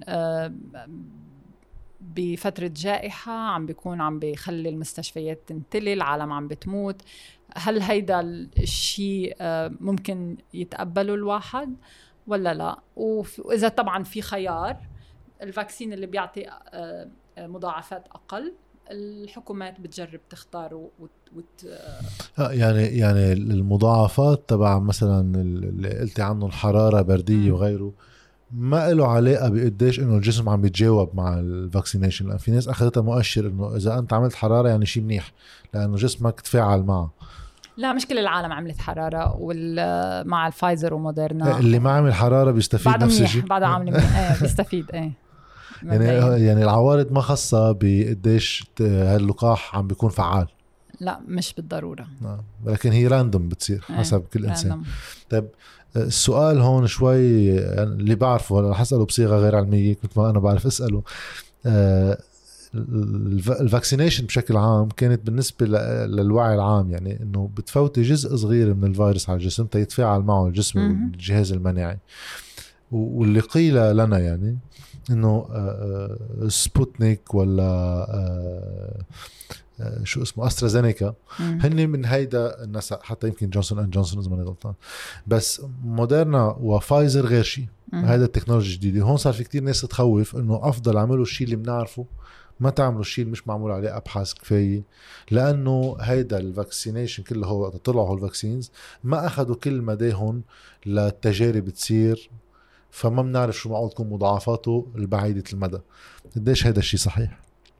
بفترة جائحة عم بيكون عم بيخلي المستشفيات تنتلي، العالم عم بتموت، هل هيدا الشيء ممكن يتقبله الواحد ولا لا؟ وإذا طبعا في خيار الفاكسين اللي بيعطي مضاعفات أقل الحكومات بتجرب تختار وت... وت... آه يعني يعني المضاعفات تبع مثلا اللي قلتي عنه الحرارة بردية م. وغيره ما له علاقة بقديش انه الجسم عم بيتجاوب مع الفاكسينيشن، لان في ناس اخذتها مؤشر انه اذا انت عملت حرارة يعني شيء منيح لانه جسمك تفاعل معه. لا مش كل العالم عملت حرارة وال مع الفايزر وموديرنا اللي ما عمل حرارة بيستفيد نفس الشيء بعده عامل منيح ايه بيستفيد ايه يعني يعني العوارض ما خاصة بقديش هاللقاح عم بيكون فعال. لا مش بالضرورة نعم. لكن هي راندوم بتصير حسب ايه كل انسان. طيب السؤال هون شوي يعني اللي بعرفه رح اساله بصيغه غير علميه كنت ما انا بعرف اساله. آه الفاكسينيشن بشكل عام كانت بالنسبه للوعي العام يعني انه بتفوتي جزء صغير من الفيروس على الجسم تيتفاعل معه الجسم والجهاز المناعي. واللي قيل لنا يعني انه سبوتنيك ولا شو اسمه أسترازينيكا هن من هيدا النسق، حتى يمكن جونسون اند جونسون اذا ماني غلطان، بس موديرنا وفايزر غير شيء. هيدا التكنولوجيا الجديده هون صار في كتير ناس تخوف انه افضل عملوا الشيء اللي بنعرفه ما تعملوا الشيء اللي مش معمول عليه ابحاث كفايه، لانه هيدا الفاكسينيشن كله هو طلعوا الفاكسينز ما اخذوا كل مداهم للتجارب تصير، فما بنعرف شو معقول تكون مضاعفاته البعيدة المدى. قديش هيدا الشيء صحيح؟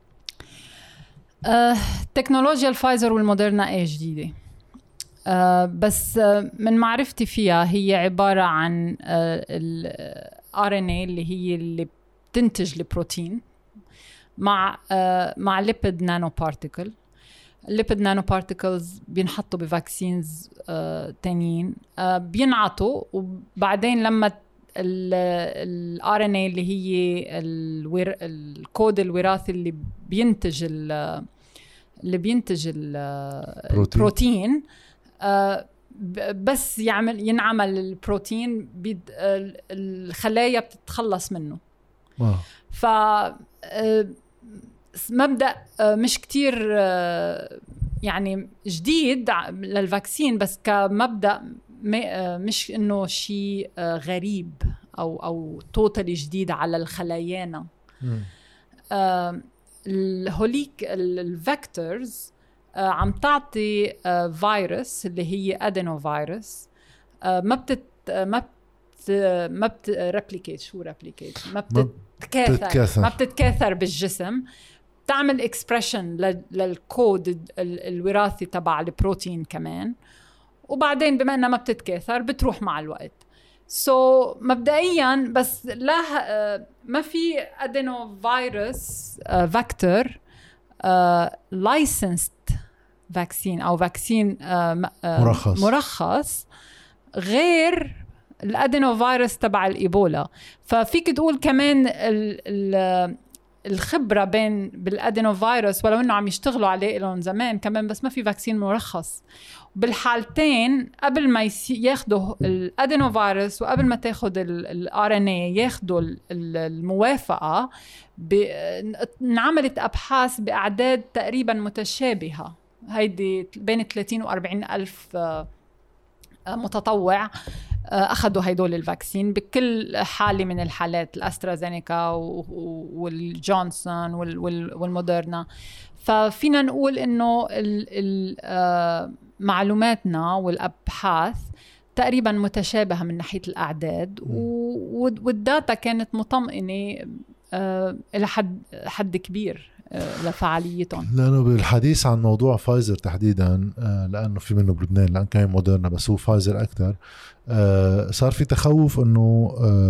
آه، تكنولوجيا الفايزر والموديرنا ايه جديدة، آه، بس آه، من معرفتي فيها هي عبارة عن آه ال آر إن إيه اللي هي اللي بتنتج البروتين مع آه مع ليبيد نانو بارتيكل. الليبيد نانو بارتيكلز بينحطوا بفاكسينز آه تانيين، آه بينعطوا وبعدين لما ال آر إن إيه اللي هي الور... الكود الوراثي اللي بينتج اللي بينتج البروتين آه بس يعمل ينعمل البروتين بيد... الخلايا بتتخلص منه. آه. ف آه مبدأ آه مش كتير آه يعني جديد للفاكسين، بس كمبدأ مش انه شيء غريب او او توتالي جديد على الخلايانا. آه الهوليك الفيكتورز آه عم تعطي آه فيروس اللي هي ادينو فيروس آه ما بتت ما بت ما بت ريبليكيت شو ريبليكيت ما بتتكاثر ما بتتكاثر بالجسم، تعمل اكسبريشن للكود الوراثي تبع البروتين كمان، وبعدين بما انها ما بتتكاثر بتروح مع الوقت. سو so, مبدئيا بس لا ما في ادينو فيروس فاكتور لايسنسد فاكسين او فاكسين مرخص مرخص غير الادينو فيروس تبع الايبولا. ففيك تقول كمان ال ال الخبرة بين بالادينو فيروس ولو انه عم يشتغلوا عليه لهم زمان كمان، بس ما في فاكسين مرخص. بالحالتين قبل ما ياخدوا الادينو فيروس وقبل ما تاخد الار ان اي ياخدوا الموافقة، انعملت ابحاث باعداد تقريبا متشابهة، هيدي بين ثلاثين وأربعين ألف متطوع أخذوا هيدول الفاكسين بكل حالة من الحالات، الأسترازينيكا والجونسون والموديرنا. ففينا نقول إنه معلوماتنا والأبحاث تقريبا متشابهة من ناحية الأعداد، والداتا كانت مطمئنة إلى حد حد كبير لفعاليتهم. لأنه بالحديث عن موضوع فايزر تحديدا، لأنه في منه بلبنان لأن كان موديرنا بس هو فايزر أكتر، صار في تخوف أنه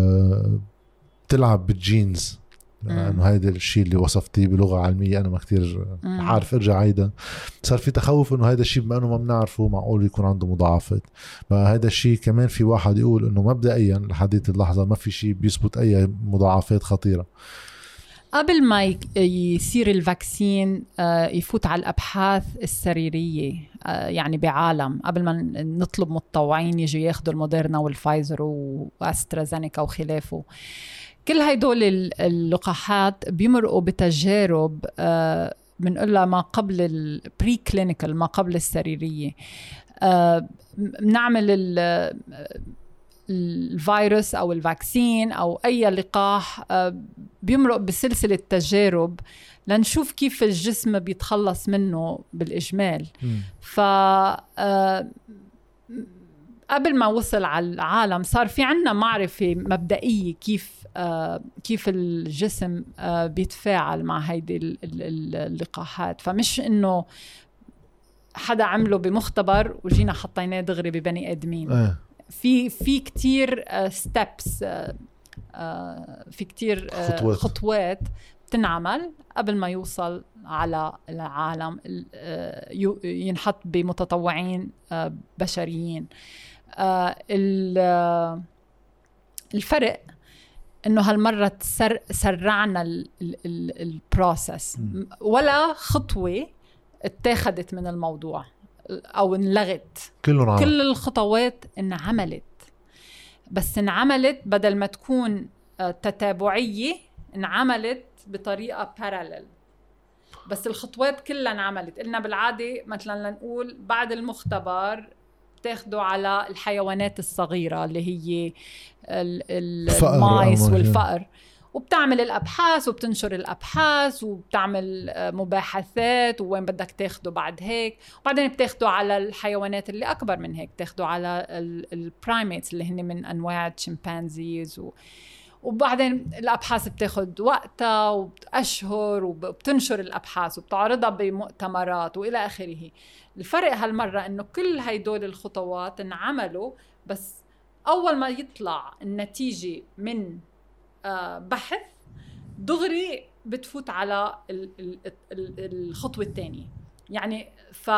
تلعب بالجينز، لأنه هيدا الشيء اللي وصفتيه بلغة علمية أنا ما كتير عارف أرجع عيدا. صار في تخوف أنه هيدا الشيء بما أنه ما بنعرفه معقول يكون عنده مضاعفات. فهيدا الشيء كمان في واحد يقول أنه مبدئيا لحديث اللحظة ما في شيء بيثبت أي مضاعفات خطيرة. قبل ما يصير الفاكسين يفوت على الأبحاث السريرية يعني بعالم، قبل ما نطلب متطوعين يجوا ياخدوا الموديرنا والفايزر وأسترازينيكا وخلافه، كل هيدول اللقاحات بيمرقوا بتجارب بنقولها ما قبل البري كلينيكال، ما قبل السريرية. بنعمل الفيروس أو الفاكسين أو أي لقاح بيمرق بسلسلة تجارب لنشوف كيف الجسم بيتخلص منه بالإجمال. ف قبل ما وصل على العالم صار في عنا معرفة مبدئية كيف آه كيف الجسم آه بيتفاعل مع هيدي اللقاحات. فمش إنه حدا عمله بمختبر وجينا حطيناه دغري ببني آدمين. آه. في في كتير آه ستيبس آه آه في كتير آه خطوات. خطوات بتنعمل قبل ما يوصل على العالم آه ينحط بمتطوعين آه بشريين. آه الفرق انه هالمره تسر سرعنا البروسس، ولا خطوه اتخذت من الموضوع او انلغت. كله كل الخطوات انعملت، بس انعملت بدل ما تكون آه تتابعيه انعملت بطريقه باراليل. بس الخطوات كلها انعملت. قلنا بالعاده مثلا لنقول بعد المختبر بتاخدوا على الحيوانات الصغيرة اللي هي المايس والفأر، وبتعمل الأبحاث وبتنشر الأبحاث وبتعمل مباحثات ووين بدك تاخدوا بعد هيك. وبعدين بتاخدوا على الحيوانات اللي أكبر من هيك، تاخدوا على البرايميتس اللي هن من أنواع الشمبانزيز و وبعدين الأبحاث بتاخد وقتها وأشهر وبتنشر الأبحاث وبتعرضها بمؤتمرات وإلى آخره. الفرق هالمرة إنه كل هيدول الخطوات انعملوا، بس أول ما يطلع النتيجة من بحث دغري بتفوت على الخطوة الثانية. يعني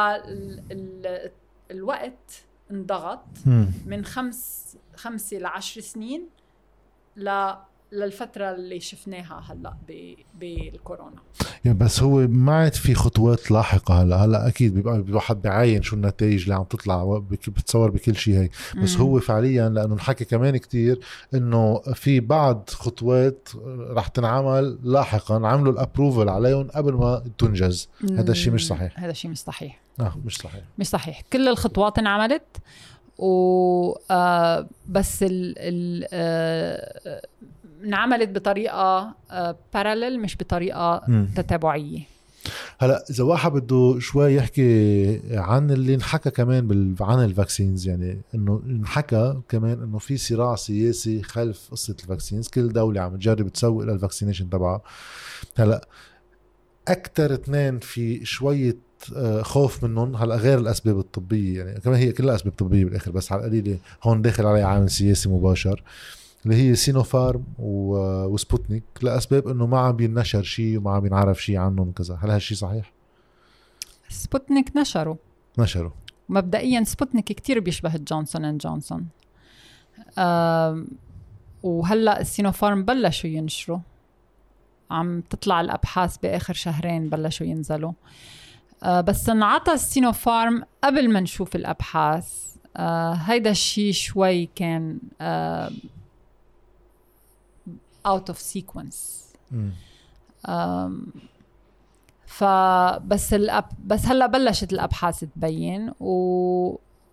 فالوقت انضغط من خمس خمسة لعشر سنين ل للفترة اللي شفناها هلأ بالكورونا. يعني بس هو ما عاد في خطوات لاحقة هلأ هلأ أكيد بيبقى الواحد بعين شو النتائج اللي عم تطلع بتصور بكل شيء هي. بس مم. هو فعليا لأنه نحكي كمان كتير إنه في بعض خطوات رح تنعمل لاحقا عملوا الأبروفل عليهم قبل ما تنجز. هذا الشيء مش صحيح. هذا الشيء مش صحيح. آه مش صحيح. مش صحيح. كل الخطوات انعملت و آه بس ال ال آه انعملت بطريقة باراليل مش بطريقة م. تتابعية. هلا إذا واحد بده شوي يحكي عن اللي انحكى كمان بال... عن الفاكسينز، يعني إنه انحكى كمان إنه في صراع سياسي خلف قصة الفاكسينز. كل دولة عم تجرب تسوق للفاكسينيشن تبعها. هلا أكتر اثنين في شوية خوف منهم هلا غير الأسباب الطبية، يعني كمان هي كلها أسباب طبية بالآخر، بس على القليلة هون داخل عليه عامل سياسي مباشر اللي هي سينوفارم وسبوتنيك، لأسباب إنه ما عم بينشر شيء وما عم بينعرف شيء عنهم كذا. هل هالشي صحيح؟ سبوتنيك نشروا نشروا مبدئيا. سبوتنيك كتير بيشبه جونسون اند جونسون، أه وهلأ السينوفارم بلشوا ينشروا، عم تطلع الأبحاث بآخر شهرين بلشوا ينزلوا. أه بس انعطى السينوفارم قبل ما نشوف الأبحاث. أه هيدا الشيء شوي كان أه out of sequence. فبس الأب بس هلا بلشت الابحاث تبين و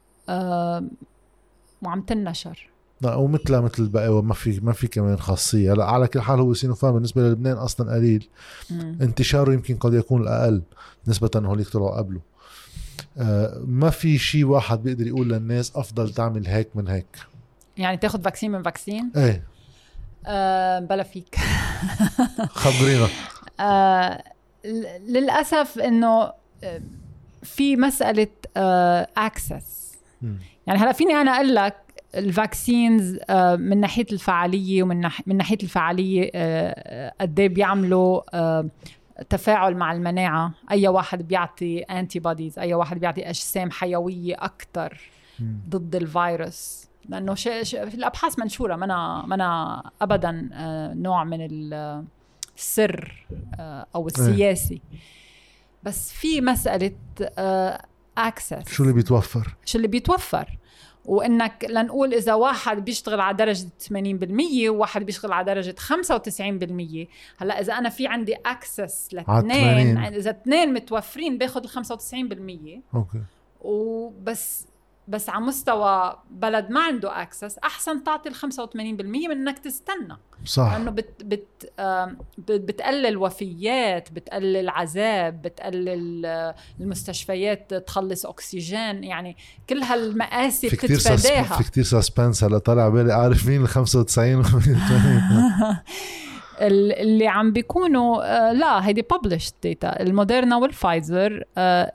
وعم تنشر. ومثل مثل بقى ما في ما في كمان خاصيه. هلا على كل حال هو سينوفارم بالنسبه للبنان اصلا قليل، مم. انتشاره يمكن قد يكون الاقل نسبه هوليك طلعوا قبله. آه ما في شيء واحد بيقدر يقول للناس افضل تعمل هيك من هيك، يعني تاخد فاكسين من فاكسين. ايه أه بلا فيك. خبرينا. أه للأسف إنه في مسألة أكسس. يعني هلا فيني أنا أقول لك الفاكسينز من ناحية الفعالية ومن ناحية من ناحية الفعالية قد ايه بيعملوا تفاعل مع المناعة. أي واحد بيعطي أنتي بوديز، أي واحد بيعطي أجسام حيوية أكتر ضد الفيروس، لأنه ش... ش... في الأبحاث منشورة منا منا أبدا نوع من السر أو السياسي. بس في مسألة access، شو اللي بيتوفر شو اللي بيتوفر وإنك لنقول إذا واحد بيشتغل على درجة ثمانين بالمية وواحد بيشتغل على درجة خمسة وتسعين بالمية. هلأ إذا أنا في عندي access لاثنين، إذا اثنين متوفرين باخد الخمسة وتسعين بالمية. أوكي. وبس بس على مستوى بلد ما عنده اكسس احسن تعطي ال خمسة وثمانين بالمية من انك تستنى. صح. لانه بت بت بتقلل وفيات، بتقلل عذاب، بتقلل المستشفيات تخلص اكسجين، يعني كل هالمقاسي بتتفاداها. في كتير سسبنس هلا طالع بالي، عارف مين ال خمسة وتسعين اللي عم بيكونوا آه لا هيدي published data. الموديرنا والفايزر آه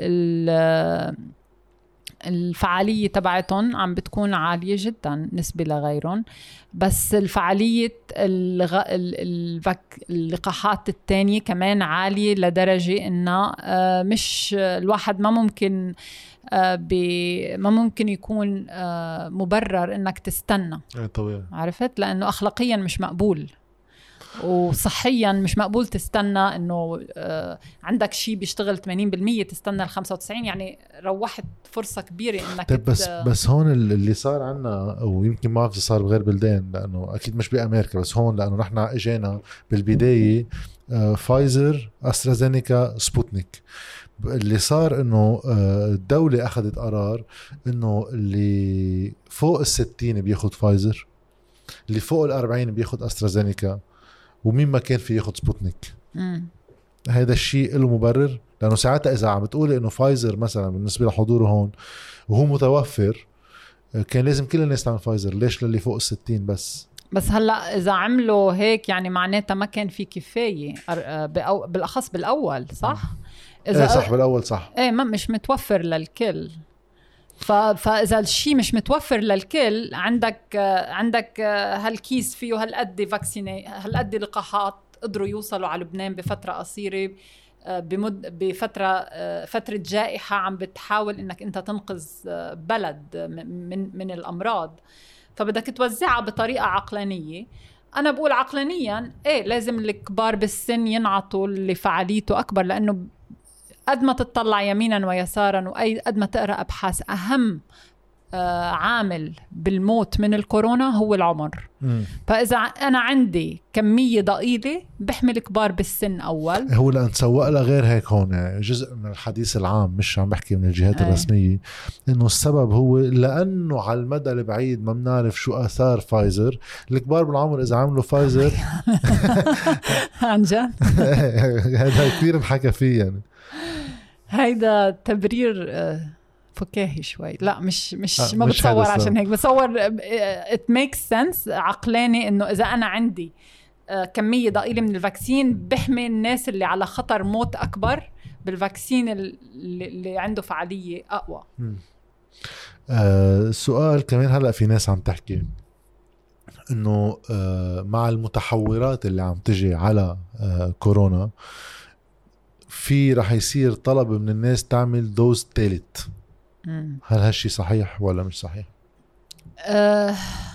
ال الفعالية تبعتهم عم بتكون عالية جدا نسبة لغيرهم، بس الفعالية اللغ... الفك... اللقاحات التانية كمان عالية لدرجة إنه آه مش الواحد ما ممكن آه ب... ما ممكن يكون آه مبرر إنك تستنى. طبيعي. عرفت؟ لأنه أخلاقيا مش مقبول وصحيا مش مقبول تستنى انه آه عندك شيء بيشتغل ثمانين بالمية تستنى ال خمسة وتسعين، يعني روحت فرصة كبيرة انك طيب بس بس هون اللي صار عنا، ويمكن ما بعرف صار بغير بلدان لانه اكيد مش بامريكا، بس هون لانه نحن اجينا بالبداية آه فايزر، استرازينيكا، سبوتنيك. اللي صار انه الدولة اخذت قرار انه اللي فوق الستين بياخد فايزر، اللي فوق الأربعين بياخد استرازينيكا، ومين ما كان في ياخد سبوتنيك. مم. هذا الشيء له مبرر؟ لأنه ساعتها إذا عم بتقولي إنه فايزر مثلا بالنسبة لحضوره هون وهو متوفر، كان لازم كل الناس تعمل فايزر. ليش للي فوق الستين بس؟ بس هلأ إذا عملوا هيك يعني معناتها ما كان في كفاية، بالأخص بالأول. صح؟ إذا إيه صح بالأول صح. إيه ما مش متوفر للكل. فإذا الشيء مش متوفر للكل، عندك عندك هالكيس فيه هالقد فاكسيني، هالقد لقاحات قدروا يوصلوا على لبنان بفترة قصيرة، بمد بفترة فترة جائحة عم بتحاول إنك أنت تنقذ بلد من من الأمراض، فبدك توزعها بطريقة عقلانية. أنا بقول عقلانيا إيه لازم الكبار بالسن ينعطوا اللي فعاليته أكبر، لأنه قد ما تطلع يمينا ويسارا وأي قد ما تقرأ أبحاث، أهم آه عامل بالموت من الكورونا هو العمر. م. فإذا أنا عندي كمية ضئيلة بحمل كبار بالسن أول. هو لأن تسوق لها غير هيك هون يعني جزء من الحديث العام، مش عم بحكي من الجهات أي. الرسمية، إنه السبب هو لأنه على المدى البعيد ما بنعرف شو آثار فايزر. الكبار بالعمر إذا عملوا فايزر عن جد هذا كثير نحكى فيه يعني. هيدا تبرير فكاهي شوي. لا مش مش آه ما مش بتصور عشان هيك بصور it makes sense عقلاني انه اذا انا عندي كمية ضئيلة من الفاكسين بحمي الناس اللي على خطر موت اكبر بالفاكسين اللي عنده فعالية اقوى. آه سؤال كمان، هلأ في ناس عم تحكي انه آه مع المتحورات اللي عم تجي على آه كورونا في رح يصير طلب من الناس تعمل دوز ثالث. هل هالشي صحيح ولا مش صحيح؟ أه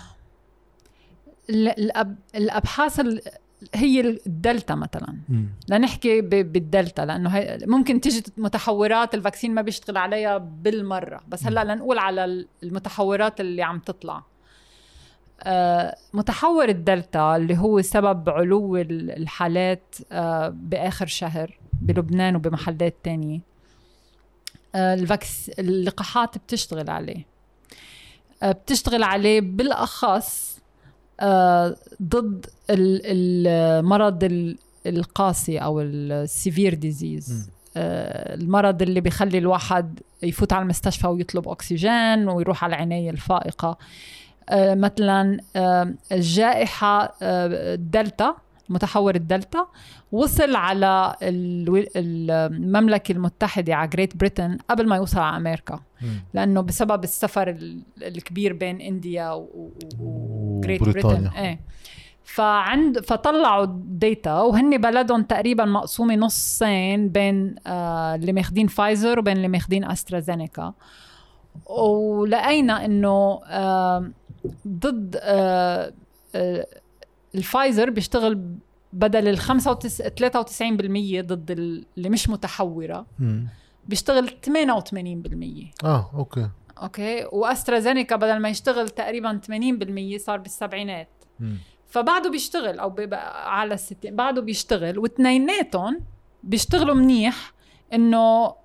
الأب الأبحاث هي الدلتا مثلا، لنحكي بالدلتا لأنه ممكن تيجي متحورات الفاكسين ما بيشتغل عليها بالمرة، بس هلأ لنقول على المتحورات اللي عم تطلع. أه متحور الدلتا اللي هو سبب علو الحالات أه بآخر شهر بلبنان وبمحلات تانية، أه الفاكس اللقاحات بتشتغل عليه أه بتشتغل عليه بالأخص أه ضد المرض القاسي أو السيفير ديزيز، أه المرض اللي بيخلي الواحد يفوت على المستشفى ويطلب أكسجين ويروح على العناية الفائقة. أه مثلا أه الجائحة الدلتا، متحور الدلتا وصل على المملكة المتحدة على جريت بريتن قبل ما يوصل على أمريكا، لأنه بسبب السفر الكبير بين إنديا وجريت بريتن. ايه فعند فطلعوا ديتا وهن بلدهم تقريبا مقسومة نصين بين آه اللي ماخدين فايزر وبين اللي ماخدين أسترازينيكا، ولقينا إنه آه ضد آه آه الفايزر بيشتغل بدل الخمسة ثلاثة وتسعين بالمية ضد اللي مش متحورة مم. بيشتغل ثمانية وثمانين بالمية. اه اوكي اوكي واسترازينيكا بدل ما يشتغل تقريبا ثمانين بالمية صار بالسبعينات. مم. فبعده بيشتغل او بيبقى على الستين بعده بيشتغل، واثنيناتهم بيشتغلوا منيح انه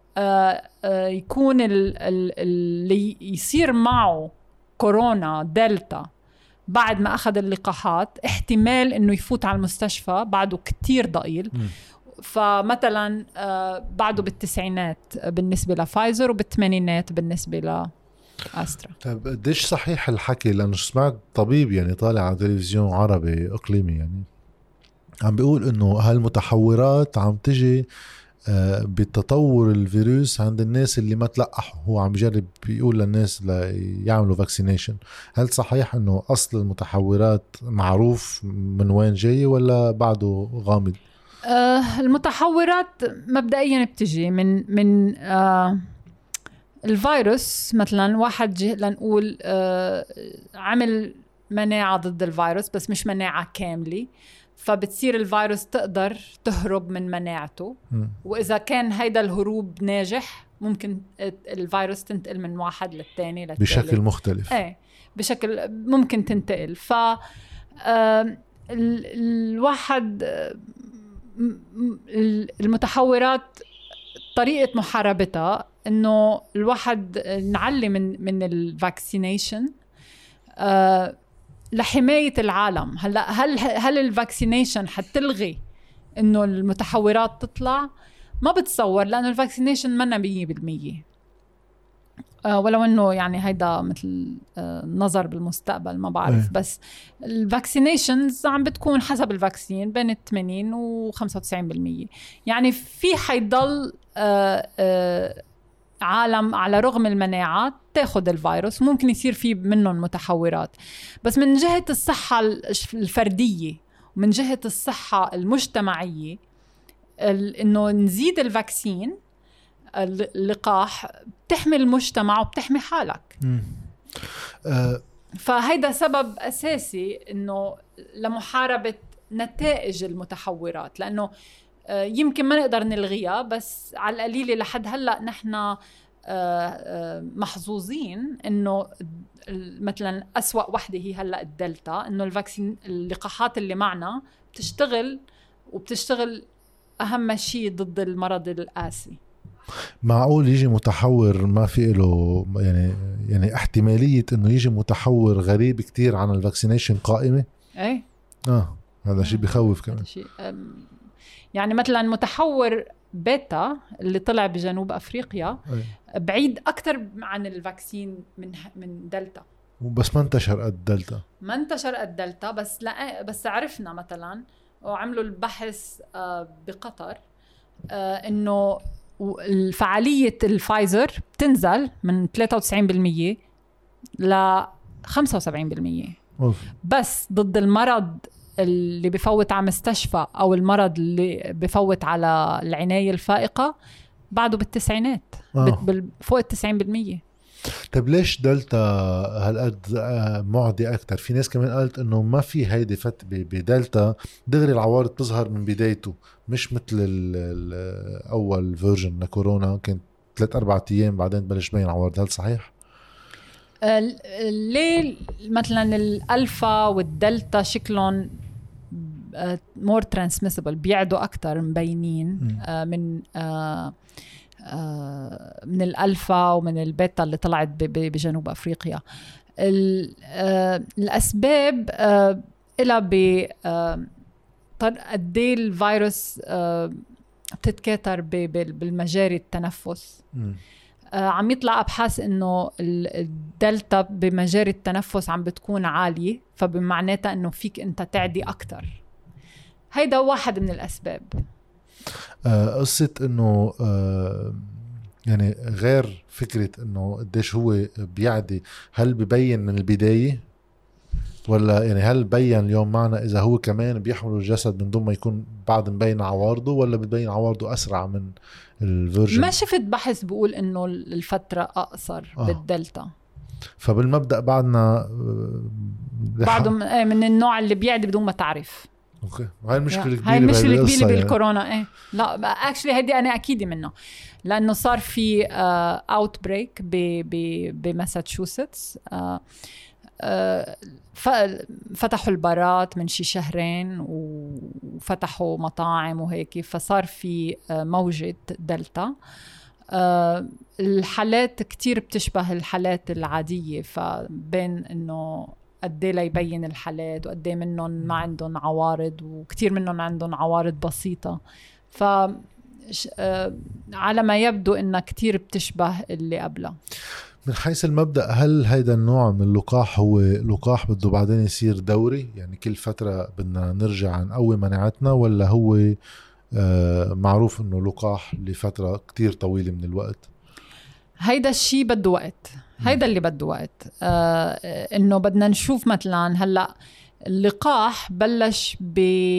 آه آه يكون ال ال اللي يصير معه كورونا دلتا بعد ما أخذ اللقاحات احتمال إنه يفوت على المستشفى بعده كتير ضئيل. م. فمثلا آه بعده بالتسعينات بالنسبة لفايزر وبالثمانينات بالنسبة لأسترا. طيب قديش صحيح الحكي؟ لأنه سمعت طبيب يعني طالع على تلفزيون عربي إقليمي يعني عم بيقول إنه هالمتحورات عم تجي آه بتطور الفيروس عند الناس اللي ما تلقحوا. هو عم بيجرب يقول للناس ليعملوا فاكسينيشن. هل صحيح إنه أصل المتحورات معروف من وين جاي ولا بعده غامض؟ آه المتحورات مبدئيا بتجي من من آه الفيروس. مثلا واحد جه لنقول آه عمل مناعة ضد الفيروس بس مش مناعة كاملة، فبتصير الفيروس تقدر تهرب من مناعته. م. وإذا كان هيدا الهروب ناجح ممكن الفيروس تنتقل من واحد للتاني للتالي بشكل مختلف. ايه بشكل ممكن تنتقل. ف آه الواحد المتحورات طريقة محاربتها إنه الواحد نعلي من من الفاكسينيشن آه لحماية العالم. هلا هل هل الفاكسينيشن حتلغي إنه المتحورات تطلع؟ ما بتصور، لأنه الفاكسينيشن منا مية بالمية. آه ولو إنه يعني هيدا مثل آه نظر بالمستقبل ما بعرف. أيه. بس الفاكسينيشنز عم بتكون حسب الفاكسين بين الثمانين وخمسة وتسعين بالمية. يعني في حيضل آه آه عالم على رغم المناعات تاخد الفيروس، ممكن يصير فيه منهم متحورات. بس من جهة الصحة الفردية ومن جهة الصحة المجتمعية إنه نزيد الفاكسين اللقاح بتحمي المجتمع وبتحمي حالك. أه فهيدا سبب أساسي إنه لمحاربة نتائج المتحورات، لأنه يمكن ما نقدر نلغيها بس على القليل لحد هلأ نحن محظوظين إنه مثلا أسوأ وحدة هي هلأ الدلتا، إنه الفاكسين اللقاحات اللي معنا بتشتغل وبتشتغل أهم شيء ضد المرض القاسي. معقول يجي متحور ما في له يعني يعني احتمالية إنه يجي متحور غريب كتير عن الفاكسينيشن قائمة؟ ايه اه هذا شيء بيخوف كمان. شيء يعني مثلا متحور بيتا اللي طلع بجنوب أفريقيا أيه. بعيد أكتر عن الفاكسين من من دلتا، بس ما انتشر قد دلتا. ما انتشر قد دلتا بس لا بس عرفنا مثلا وعملوا البحث بقطر إنه الفعالية الفايزر بتنزل من ثلاثة وتسعين بالمية ل خمسة وسبعين بالمية أوف. بس ضد المرض اللي بفوت على مستشفى أو المرض اللي بفوت على العناية الفائقة بعده بالتسعينات آه. فوق التسعين بالمية. طيب ليش دلتا هالقد معدي أكتر؟ في ناس كمان قالت إنه ما في هيدي فت بدلتا دغري العوارض تظهر من بدايته، مش مثل الأول فيرجن لكورونا كانت ثلاث أربعة أيام بعدين بلش بين عوارض. هل صحيح؟ ليه مثلا الألفا والدلتا شكلهم more transmissible بيعدوا أكتر مبينين من من الألفا ومن البيتا اللي طلعت بجنوب أفريقيا؟ الأسباب إلا ب قد ايه الفيروس بتتكاثر بالمجاري التنفس. عم يطلع أبحاث إنه الدلتا بمجاري التنفس عم بتكون عالية، فبمعناتها إنه فيك أنت تعدي أكتر. هيدا واحد من الأسباب. آه قصة إنه آه يعني غير فكرة إنه قديش هو بيعدي، هل ببين من البداية ولا يعني هل بين اليوم معنا إذا هو كمان بيحمل الجسد من دون ما يكون بعد مبين عوارضه، ولا بتبين عوارضه أسرع من الفيرجن؟ ما شفت بحث بقول إنه الفترة أقصر آه. بالدلتا. فبالمبدأ بعدنا بعده من النوع اللي بيعدي بدون ما تعرف. اوكي هاي المشكله كبيره هاي المشكله كبيره يعني. بالكورونا. ايه لا اكشلي هيدي انا اكيد منه، لانه صار في اوت uh, بريك بماساتشوستس. uh, uh, فتحوا البارات من شي شهرين وفتحوا مطاعم وهيك، فصار في uh, موجة دلتا. آه الحالات كتير بتشبه الحالات العادية، فبين إنه قديه ليبين الحالات وقديه منهم ما عندهم عوارض، وكتير منهم عندهم عوارض بسيطة. ف آه على ما يبدو إنها كتير بتشبه اللي قبلها. من حيث المبدأ، هل هيدا النوع من اللقاح هو لقاح بده بعدين يصير دوري، يعني كل فترة بدنا نرجع نقوي مناعتنا، ولا هو آه معروف انه لقاح لفترة كتير طويلة من الوقت؟ هيدا الشيء بده وقت، هيدا اللي بده وقت. آه انه بدنا نشوف مثلا هلا اللقاح بلش ب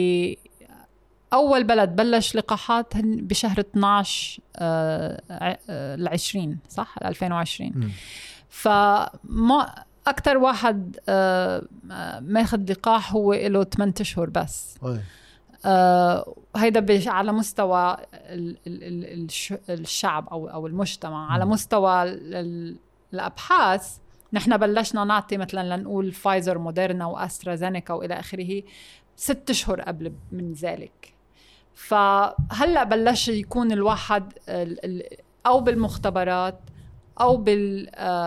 اول بلد بلش لقاحات بشهر اثناشر آه العشرين، صح، ألفين وعشرين. فما اكتر واحد آه ماخذ لقاح هو له ثمانية اشهر بس. أي. آه هيدا على مستوى ال ال ال الشعب او او المجتمع. م. على مستوى الابحاث نحن بلشنا نعطي مثلا لنقول فايزر، موديرنا، واسترازينيكا والى اخره ست اشهر قبل من ذلك. فهلا بلش يكون الواحد او بالمختبرات او بال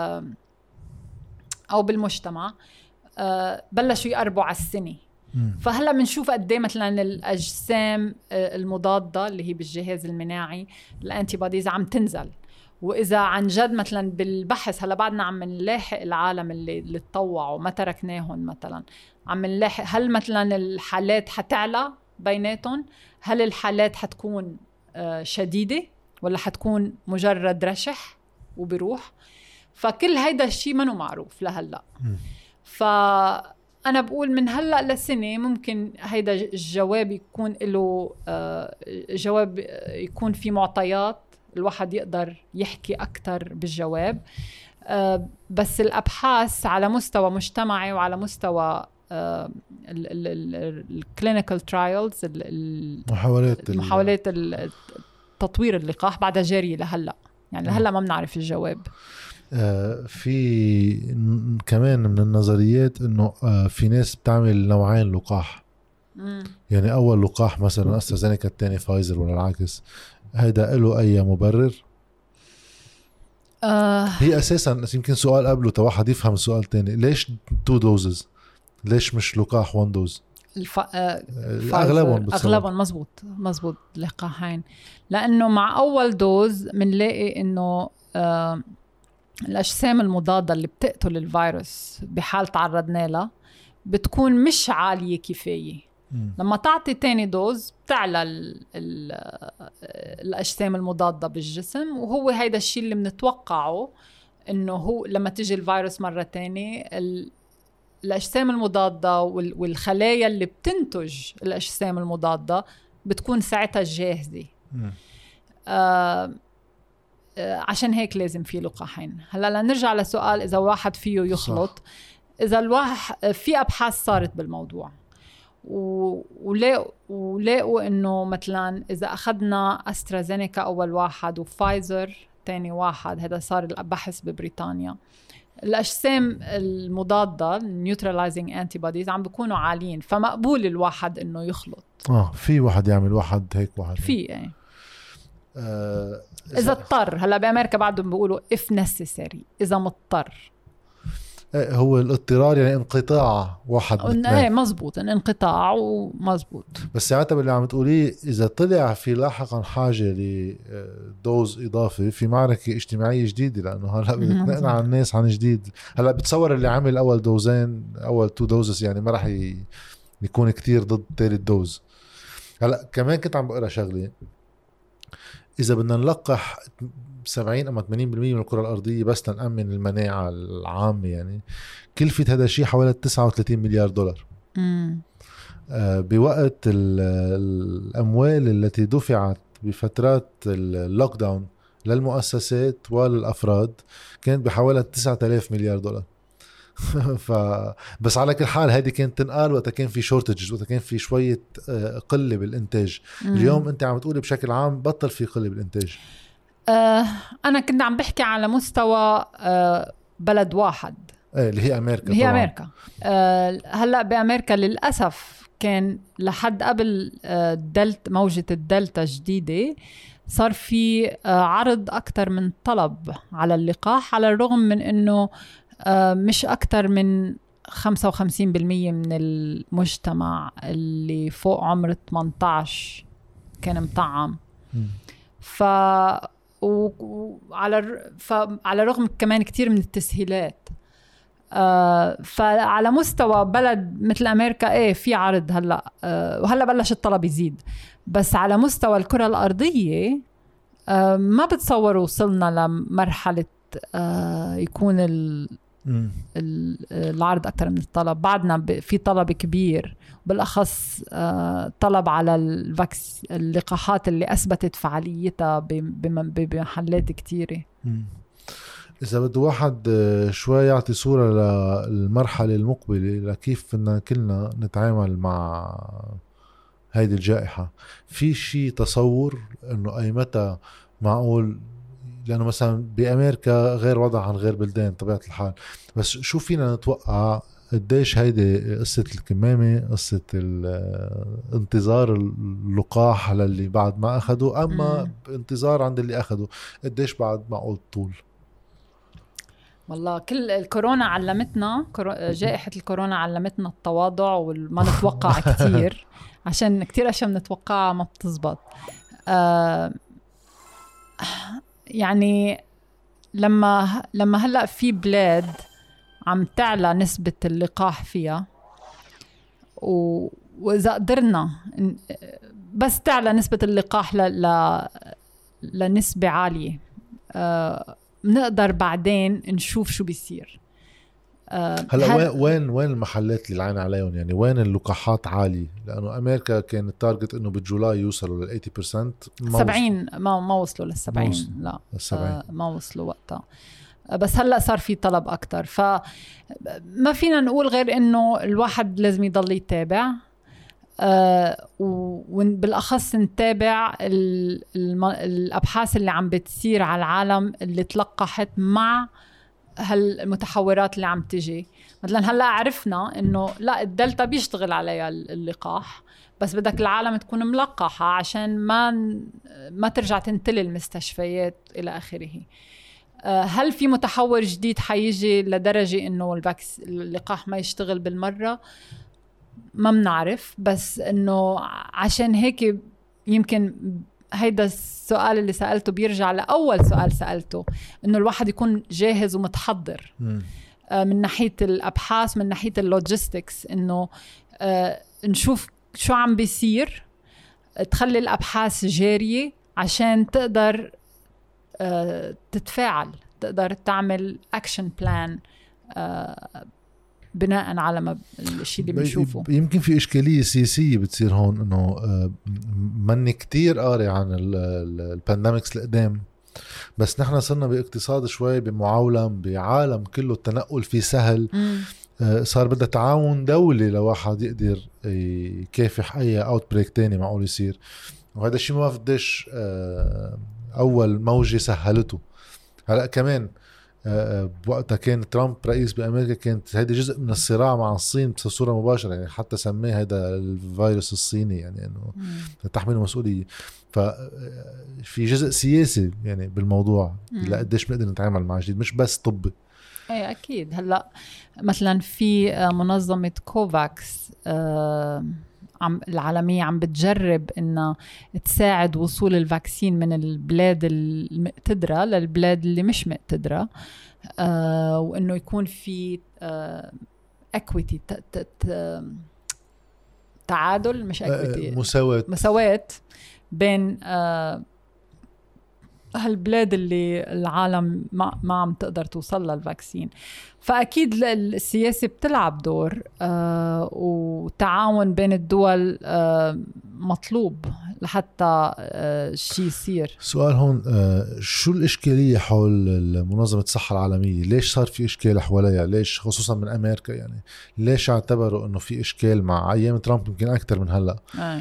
او بالمجتمع بلشوا يقربوا على السنه. فهلا بنشوف قد ايه مثلا الاجسام المضاده اللي هي بالجهاز المناعي، الانتي بوديز، عم تنزل. واذا عن جد مثلا بالبحث هلا بعدنا عم نلاحق العالم اللي اللي تطوعوا ما تركناهم، مثلا عم نلاحق هل مثلا الحالات حتعلى بيناتهم، هل الحالات حتكون شديده ولا حتكون مجرد رشح وبروح. فكل هيدا الشيء منه معروف لهلا. ف أنا بقول من هلأ لسنة ممكن هيدا الجواب يكون له جواب، يكون في معطيات الواحد يقدر يحكي أكتر بالجواب. بس الأبحاث على مستوى مجتمعي وعلى مستوى الكلينيكال ترايلز، محاولات محاولات تطوير اللقاح بعدها جارية لهلأ، يعني لهلأ ما بنعرف الجواب. آه في كمان من النظريات انه آه في ناس بتعمل نوعين لقاح. مم. يعني اول لقاح مثلا استرازينيكا، الثاني فايزر، ولا العكس. هذا له اي مبرر؟ آه هي اساسا يمكن سؤال قبله تواحد يفهم السؤال الثاني، ليش تو دوزز؟ ليش مش لقاح وان دوز؟ الف... آه اغلبهم اغلبهم مزبوط مزبوط لقاحين، لانه مع اول دوز بنلاقي انه آه الأجسام المضادة اللي بتقتل الفيروس بحال تعرضنا لها بتكون مش عالية كفاية. م. لما تعطي تاني دوز بتعلى ال ال الأجسام المضادة بالجسم، وهو هيدا الشيء اللي بنتوقعه، إنه هو لما تيجي الفيروس مرة تانية الأجسام المضادة والخلايا اللي بتنتج الأجسام المضادة بتكون ساعتها جاهزة. آه عشان هيك لازم في لقاحين. هلا لنرجع لسؤال إذا واحد فيه يخلط. صح. إذا الواحد في أبحاث صارت بالموضوع ولاقوا ولاقوا إنه مثلا إذا أخذنا أسترازينيكا أول واحد وفايزر تاني واحد، هذا صار البحث ببريطانيا، الأجسام المضادة neutralizing antibodies عم بيكونوا عاليين، فمقبول الواحد إنه يخلط. آه في واحد يعمل واحد هيك واحد في يعني. آه إذا اضطر. هلا بأمريكا بعدهم بيقولوا if necessary، إذا مضطر. هو الاضطرار يعني انقطاع واحد من ايه مزبوط، انقطاع ومزبوط. بس ساعتها باللي عم تقوليه إذا طلع في لاحقا حاجة لدوز إضافي في معركة اجتماعية جديدة، لأنه هلا بنقنع على الناس عن جديد. هلا بتصور اللي عمل أول دوزين أول تو دوزز يعني ما راح يكون كتير ضد ثالث دوز. هلا كمان كنت عم بقرأ شغلة، إذا بدنا نلقح سبعين أو ثمانين بالمية من الكرة الأرضية بس لنأمن المناعة العامة، يعني كلفة هذا الشيء حوالي تسعة وثلاثين مليار دولار. آه بوقت الأموال التي دفعت بفترات اللوك داون للمؤسسات وللأفراد كانت بحوالي تسعة آلاف مليار دولار. ف بس على كل حال هذه كانت تنقال وقت كان في شورتج، وقت كان في شوية قلة بالإنتاج. مم. اليوم أنت عم تقولي بشكل عام بطل في قلة بالإنتاج. أه أنا كنت عم بحكي على مستوى أه بلد واحد، ايه اللي هي أمريكا. اللي هي طبعاً. أمريكا. أه هلأ بأمريكا للأسف كان لحد قبل أه دلت موجة الدلتا جديدة صار في عرض أكتر من طلب على اللقاح، على الرغم من أنه مش أكتر من خمسة وخمسين بالمية من المجتمع اللي فوق عمر ثمانية عشر كان مطعم. ف وعلى فعلى الرغم كمان كتير من التسهيلات، آه فعلى مستوى بلد مثل أمريكا ايه في عرض هلا، آه وهلا بلش الطلب يزيد، بس على مستوى الكرة الأرضية آه ما بتصوروا وصلنا لمرحلة آه يكون ال العرض أكتر من الطلب. بعدنا في طلب كبير، بالأخص آه طلب على الفاكس اللقاحات اللي أثبتت فعاليتها بمحلات كتيرة. إذا بده واحد شوي يعطي صورة للمرحلة المقبلة لكيف بدنا كلنا نتعامل مع هيدي الجائحة، في شي تصور إنه أي متى معقول؟ لأنه مثلا بأمريكا غير وضع عن غير بلدان طبيعة الحال، بس شو فينا نتوقع قديش هيدي قصة الكمامة، قصة انتظار اللقاح للي بعد ما أخدوا، أما انتظار عند اللي أخدوا قديش بعد معقول طول؟ والله كل الكورونا علمتنا، جائحة الكورونا علمتنا التواضع وما نتوقع كتير، عشان كتير أشياء بنتوقعها ما بتزبط. آه يعني لما لما هلأ في بلاد عم تعلى نسبة اللقاح فيها، و وإذا قدرنا بس تعلى نسبة اللقاح ل... ل... لنسبة عالية، آه بنقدر بعدين نشوف شو بيصير. أه هلا هل... وين وين المحلات اللي العين عليهم؟ يعني وين اللقاحات عالية؟ لأنه أمريكا كان التارجت إنه بالجولاي يوصلوا لل ثمانين بالمية، سبعين ما ما وصلوا للسبعين، موصل. لا آه ما وصلوا وقتها، بس هلأ صار في طلب أكتر. فما فينا نقول غير إنه الواحد لازم يضل يتابع، آه وبالأخص نتابع الأبحاث اللي عم بتصير على العالم اللي تلقحت مع هالمتحورات اللي عم تجي. مثلا هلأ عرفنا إنه لا الدلتا بيشتغل عليها اللقاح، بس بدك العالم تكون ملقحة عشان ما ما ترجع تنتلي المستشفيات إلى آخره. هل في متحور جديد حيجي لدرجة إنه الفاكس اللقاح ما يشتغل بالمرة؟ ما بنعرف، بس إنه عشان هيك يمكن هيدا السؤال اللي سألته بيرجع لأول سؤال سألته، إنه الواحد يكون جاهز ومتحضر م. من ناحية الأبحاث، من ناحية اللوجيستكس، إنه نشوف شو عم بيصير، تخلي الأبحاث جارية عشان تقدر تتفاعل، تقدر تعمل أكشن بلان بناء على ما الشيء اللي بنشوفه. يمكن في إشكالية سياسية بتصير هون، إنه مني كتير قاري عن البانديميكس القدام، بس نحن صرنا باقتصاد شوي بمعاولم بعالم كله التنقل فيه سهل. م. صار بدأ تعاون دولي لواحد يقدر يكافح أي أوت بريك تاني معقول يصير، وهذا الشيء ما بديش أول موجة سهلته. هلأ كمان بوقتها كان ترامب رئيس بأمريكا، كانت هيدا جزء من الصراع مع الصين بصورة مباشرة، يعني حتى سميه هيدا الفيروس الصيني، يعني أنه تحمل مسؤولية. ففي جزء سياسي يعني بالموضوع، لا قديش بنقدر نتعامل مع جديد، مش بس طبي. ايه اكيد. هلا مثلا في منظمة كوفاكس عم العالمية عم بتجرب إنها تساعد وصول الفاكسين من البلاد المقتدرة للبلاد اللي مش مقتدرة، آه وإنه يكون في آه equity تعادل، مش equity، مساواة مساواة بين آه هالبلاد اللي العالم ما, ما عم تقدر توصل للفاكسين. فأكيد السياسة بتلعب دور، آه وتعاون بين الدول آه مطلوب لحتى آه شيء يصير. سؤال هون، آه شو الإشكالية حول منظمة الصحة العالمية؟ ليش صار في إشكال حواليها؟ ليش خصوصا من أمريكا؟ يعني ليش اعتبروا إنه في إشكال مع أيام ترامب يمكن أكتر من هلأ؟ آه.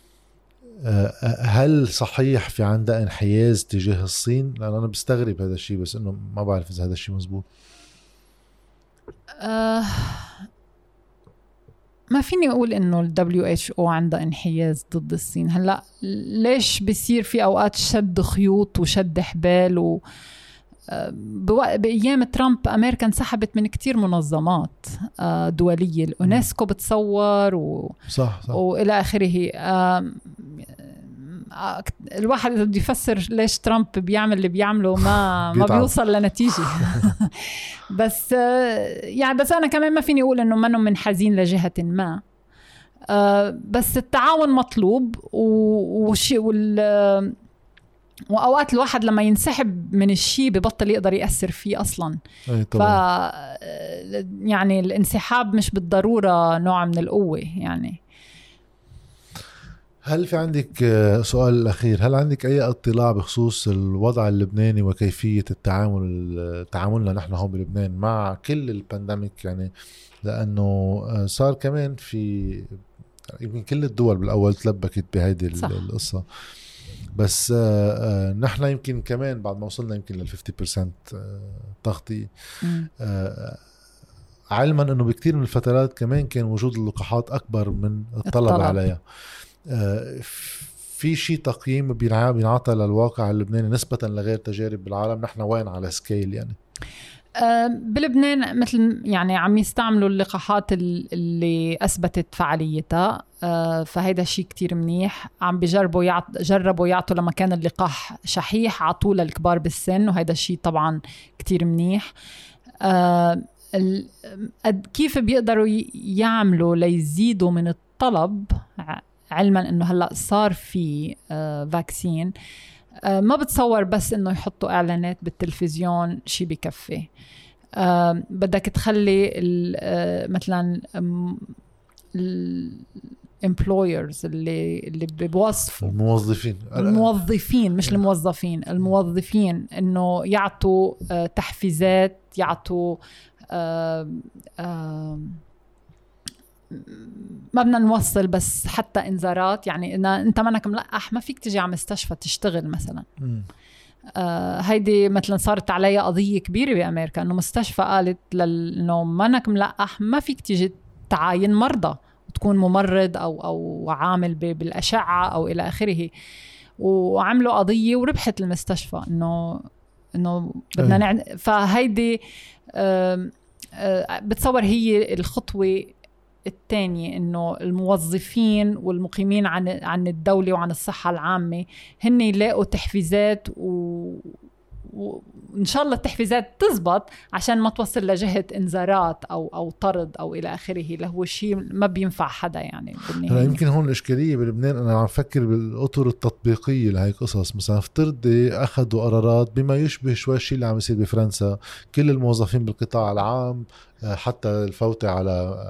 هل صحيح في عندها انحياز تجاه الصين؟ لأن أنا بستغرب هذا الشيء، بس إنه ما بعرف إذا هذا الشيء مزبوط. أه ما فيني أقول إنه ال دبليو إتش أو عندها انحياز ضد الصين. هلأ ليش بيصير في أوقات شد خيوط وشد حبال و بأيام ترامب أمريكا انسحبت من كتير منظمات دولية، الأونسكو بتصور و... صح صح. وإلى آخره. الواحد إذا بده يفسر ليش ترامب بيعمل اللي بيعمله ما ما بيوصل لنتيجة. بس يعني بس أنا كمان ما فيني أقول إنه منه من حزين لجهة ما، بس التعاون مطلوب وشيء وال وأوقات الواحد لما ينسحب من الشيء ببطل يقدر يأثر فيه أصلاً. ف يعني الانسحاب مش بالضرورة نوع من القوة يعني. هل في عندك سؤال الأخير، هل عندك أي اطلاع بخصوص الوضع اللبناني وكيفية التعامل تعاملنا نحن هون بلبنان مع كل البانديميك؟ يعني لأنه صار كمان في يمكن كل الدول بالأول تلبكت بهيدي القصة، بس آه آه نحن يمكن كمان بعد ما وصلنا يمكن لل خمسين بالمية آه تغطية، آه علما انه بكتير من الفترات كمان كان وجود اللقاحات اكبر من الطلب, الطلب. عليها. آه في شيء تقييم بينعطى للواقع اللبناني نسبة لغير تجارب بالعالم، نحن وين على سكيل يعني؟ بلبنان مثل يعني عم يستعملوا اللقاحات اللي أثبتت فعاليتها، فهيدا شيء كتير منيح. عم بيجربوا يعط... جربوا يعطوا لما كان اللقاح شحيح عطوه للكبار بالسن، وهيدا شيء طبعا كتير منيح. ال... كيف بيقدروا يعملوا ليزيدوا من الطلب، علما انه هلأ صار في فاكسين، ما بتصور بس انه يحطوا اعلانات بالتلفزيون شي بكفي. أه بدك تخلي مثلا الامبلويرز اللي اللي بوصفوا الموظفين الموظفين مش الموظفين الموظفين انه يعطوا أه تحفيزات، يعطوا أه أه ما بدنا نوصل بس حتى انذارات. يعني إن انت منك ملقح ما فيك تجي على مستشفى تشتغل مثلا. آه هيدي مثلا صارت عليها قضية كبيرة بأمريكا، انه مستشفى قالت انه منك ملقح ما فيك تيجي تعاين مرضى وتكون ممرض او او عامل بالأشعة او الى اخره، وعملوا قضية وربحت المستشفى انه انه بدنا نعن... فهيدي آه آه بتصور هي الخطوة الثانية، إنه الموظفين والمقيمين عن عن الدولة وعن الصحة العامة هن يلاقوا تحفيزات، و... وإن شاء الله التحفيزات تزبط عشان ما توصل لجهة إنذارات أو أو طرد أو إلى آخره، اللي هو شيء ما بينفع حدا يعني بالنهاية. يمكن هون الإشكالية بلبنان، أنا عم فكر بالأطر التطبيقية لهيك قصص. مثلا افترضي أخذوا قرارات بما يشبه شوي الشيء اللي عم يصير بفرنسا، كل الموظفين بالقطاع العام حتى الفوتة على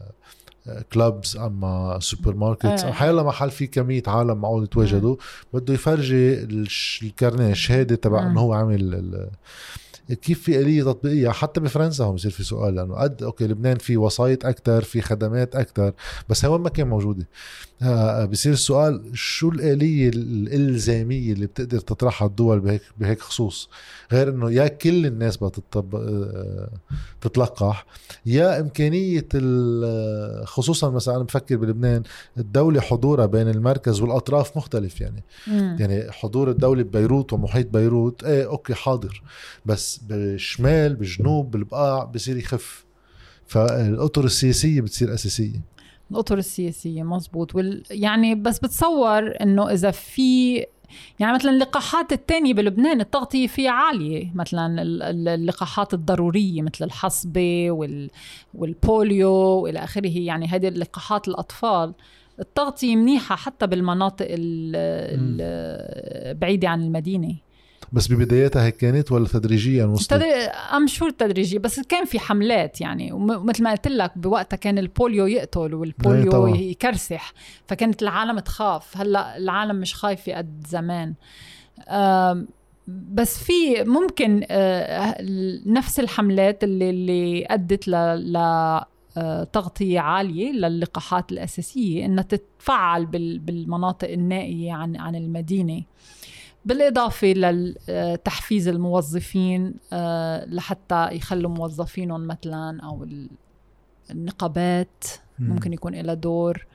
كلابز اما سوبر ماركتس او حيلا محل فيه كمية عالم معقول يتواجدوا، بده يفرجي الكارنيه الشهاده تبع انه هو عامل. كيف في آلية تطبيقية؟ حتى بفرنسا هم يصير في سؤال، لأنه قد أوكي لبنان في وسائط أكتر، في خدمات أكتر، بس هون ما كان موجودة. آه بيصير السؤال شو الآلية الإلزامية اللي بتقدر تطرحها الدول بهيك بهيك خصوص، غير إنه يا كل الناس بتطب آه تتلقح، يا إمكانية خصوصا مثلا أنا بفكر بلبنان الدولة حضورها بين المركز والأطراف مختلف. يعني مم. يعني حضور الدولة ببيروت ومحيط بيروت إيه أوكي حاضر، بس بالشمال بالجنوب بالبقاع بصير يخف. فالأطر السياسية بتصير أساسية. الأطر السياسية مزبوط. وال... يعني بس بتصور إنه إذا في يعني مثلا اللقاحات التانية بلبنان التغطية فيها عالية، مثلا اللقاحات الضرورية مثل الحصبة وال... والبوليو وإلى آخره، يعني هذه اللقاحات الأطفال التغطية منيحة حتى بالمناطق البعيدة عن المدينة. بس ببدايتها هيك كانت ولا تدريجيا وصلت؟ تدري... أم شو التدريجي، بس كان في حملات يعني، ومثل ما قلت لك بوقتها كان البوليو يقتل والبوليو يكرسح، فكانت العالم تخاف. هلا العالم مش خايفة قد زمان. بس في ممكن نفس الحملات اللي اللي أدت ل ل تغطية عالية للقاحات الأساسية إنها تتفعل بالمناطق النائية عن عن المدينة، بالإضافة لتحفيز الموظفين لحتى يخلوا موظفينهم مثلا أو النقابات ممكن يكون لها دور.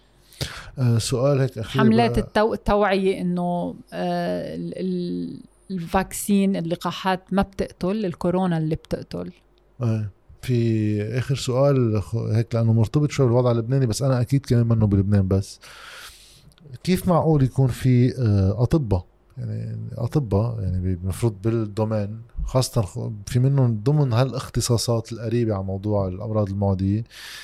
آه سؤال هيك أخير، حملات التو... التوعية إنه آه ال... الفاكسين اللقاحات ما بتقتل، الكورونا اللي بتقتل. آه. في آخر سؤال هيك لأنه مرتبط شوي بالوضع اللبناني، بس أنا أكيد كمان منه بلبنان، بس كيف معقول يكون في آه أطباء يعني أطباء يعني بمفروض بالدومين خاصة في منهم ضمن هالاختصاصات القريبة على موضوع الأمراض المعدية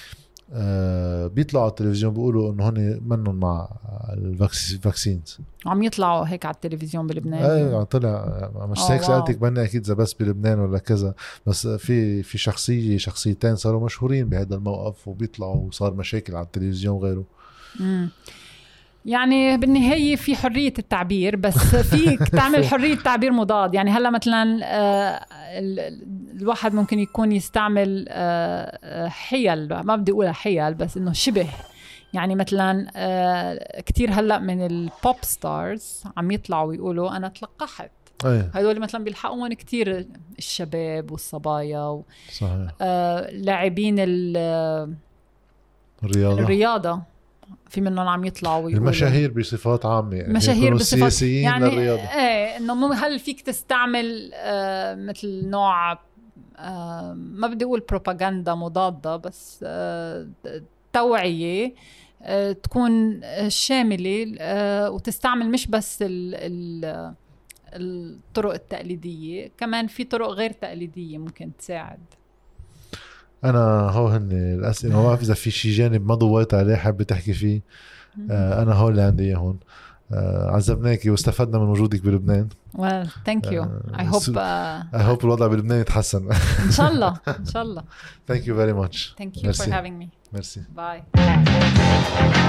آه بيطلعوا على التلفزيون بيقولوا إنه هن منهم مع الفاكسينز، عم يطلعوا هيك على التلفزيون بلبنان؟ ايه طلع، مش هيك سألتك بني أكيد إذا بس بلبنان ولا كذا، بس في في شخصية شخصيتين صاروا مشهورين بهذا الموقف وبيطلعوا وصار مشاكل على التلفزيون وغيره. امم يعني بالنهاية في حرية التعبير، بس فيك تعمل حرية تعبير مضاد. يعني هلا مثلا آه الواحد ممكن يكون يستعمل آه حيل، ما بدي أقولها حيل بس إنه شبه، يعني مثلا آه كتير هلا من البوب ستارز عم يطلعوا ويقولوا أنا تلقحت. أيه. هدول مثلا بيلحقون كتير الشباب والصبايا و صحيح. آه لاعبين الرياضة الرياضة في منهم عم يطلعوا ويقولوا المشاهير بصفات عامة، يعني مشاهير بصفات يعني للرياضة. ايه انه هل فيك تستعمل آه مثل نوع آه ما بدي اقول بروباغندا مضادة، بس آه توعية آه تكون شاملة آه وتستعمل مش بس ال ال الطرق التقليدية، كمان في طرق غير تقليدية ممكن تساعد. أنا هو هن الأسئلة، ما بعرف إذا في شي جانب ما ضويت عليه حابة تحكي فيه. آه أنا هو اللي عندي إياهون. آه عزبناكي واستفدنا من وجودك بلبنان. Well, thank you. Uh, I hope uh, I hope الوضع بلبنان يتحسن. إن شاء الله إن شاء الله. Thank you very much. Thank you Merci. for having me. Merci. Bye.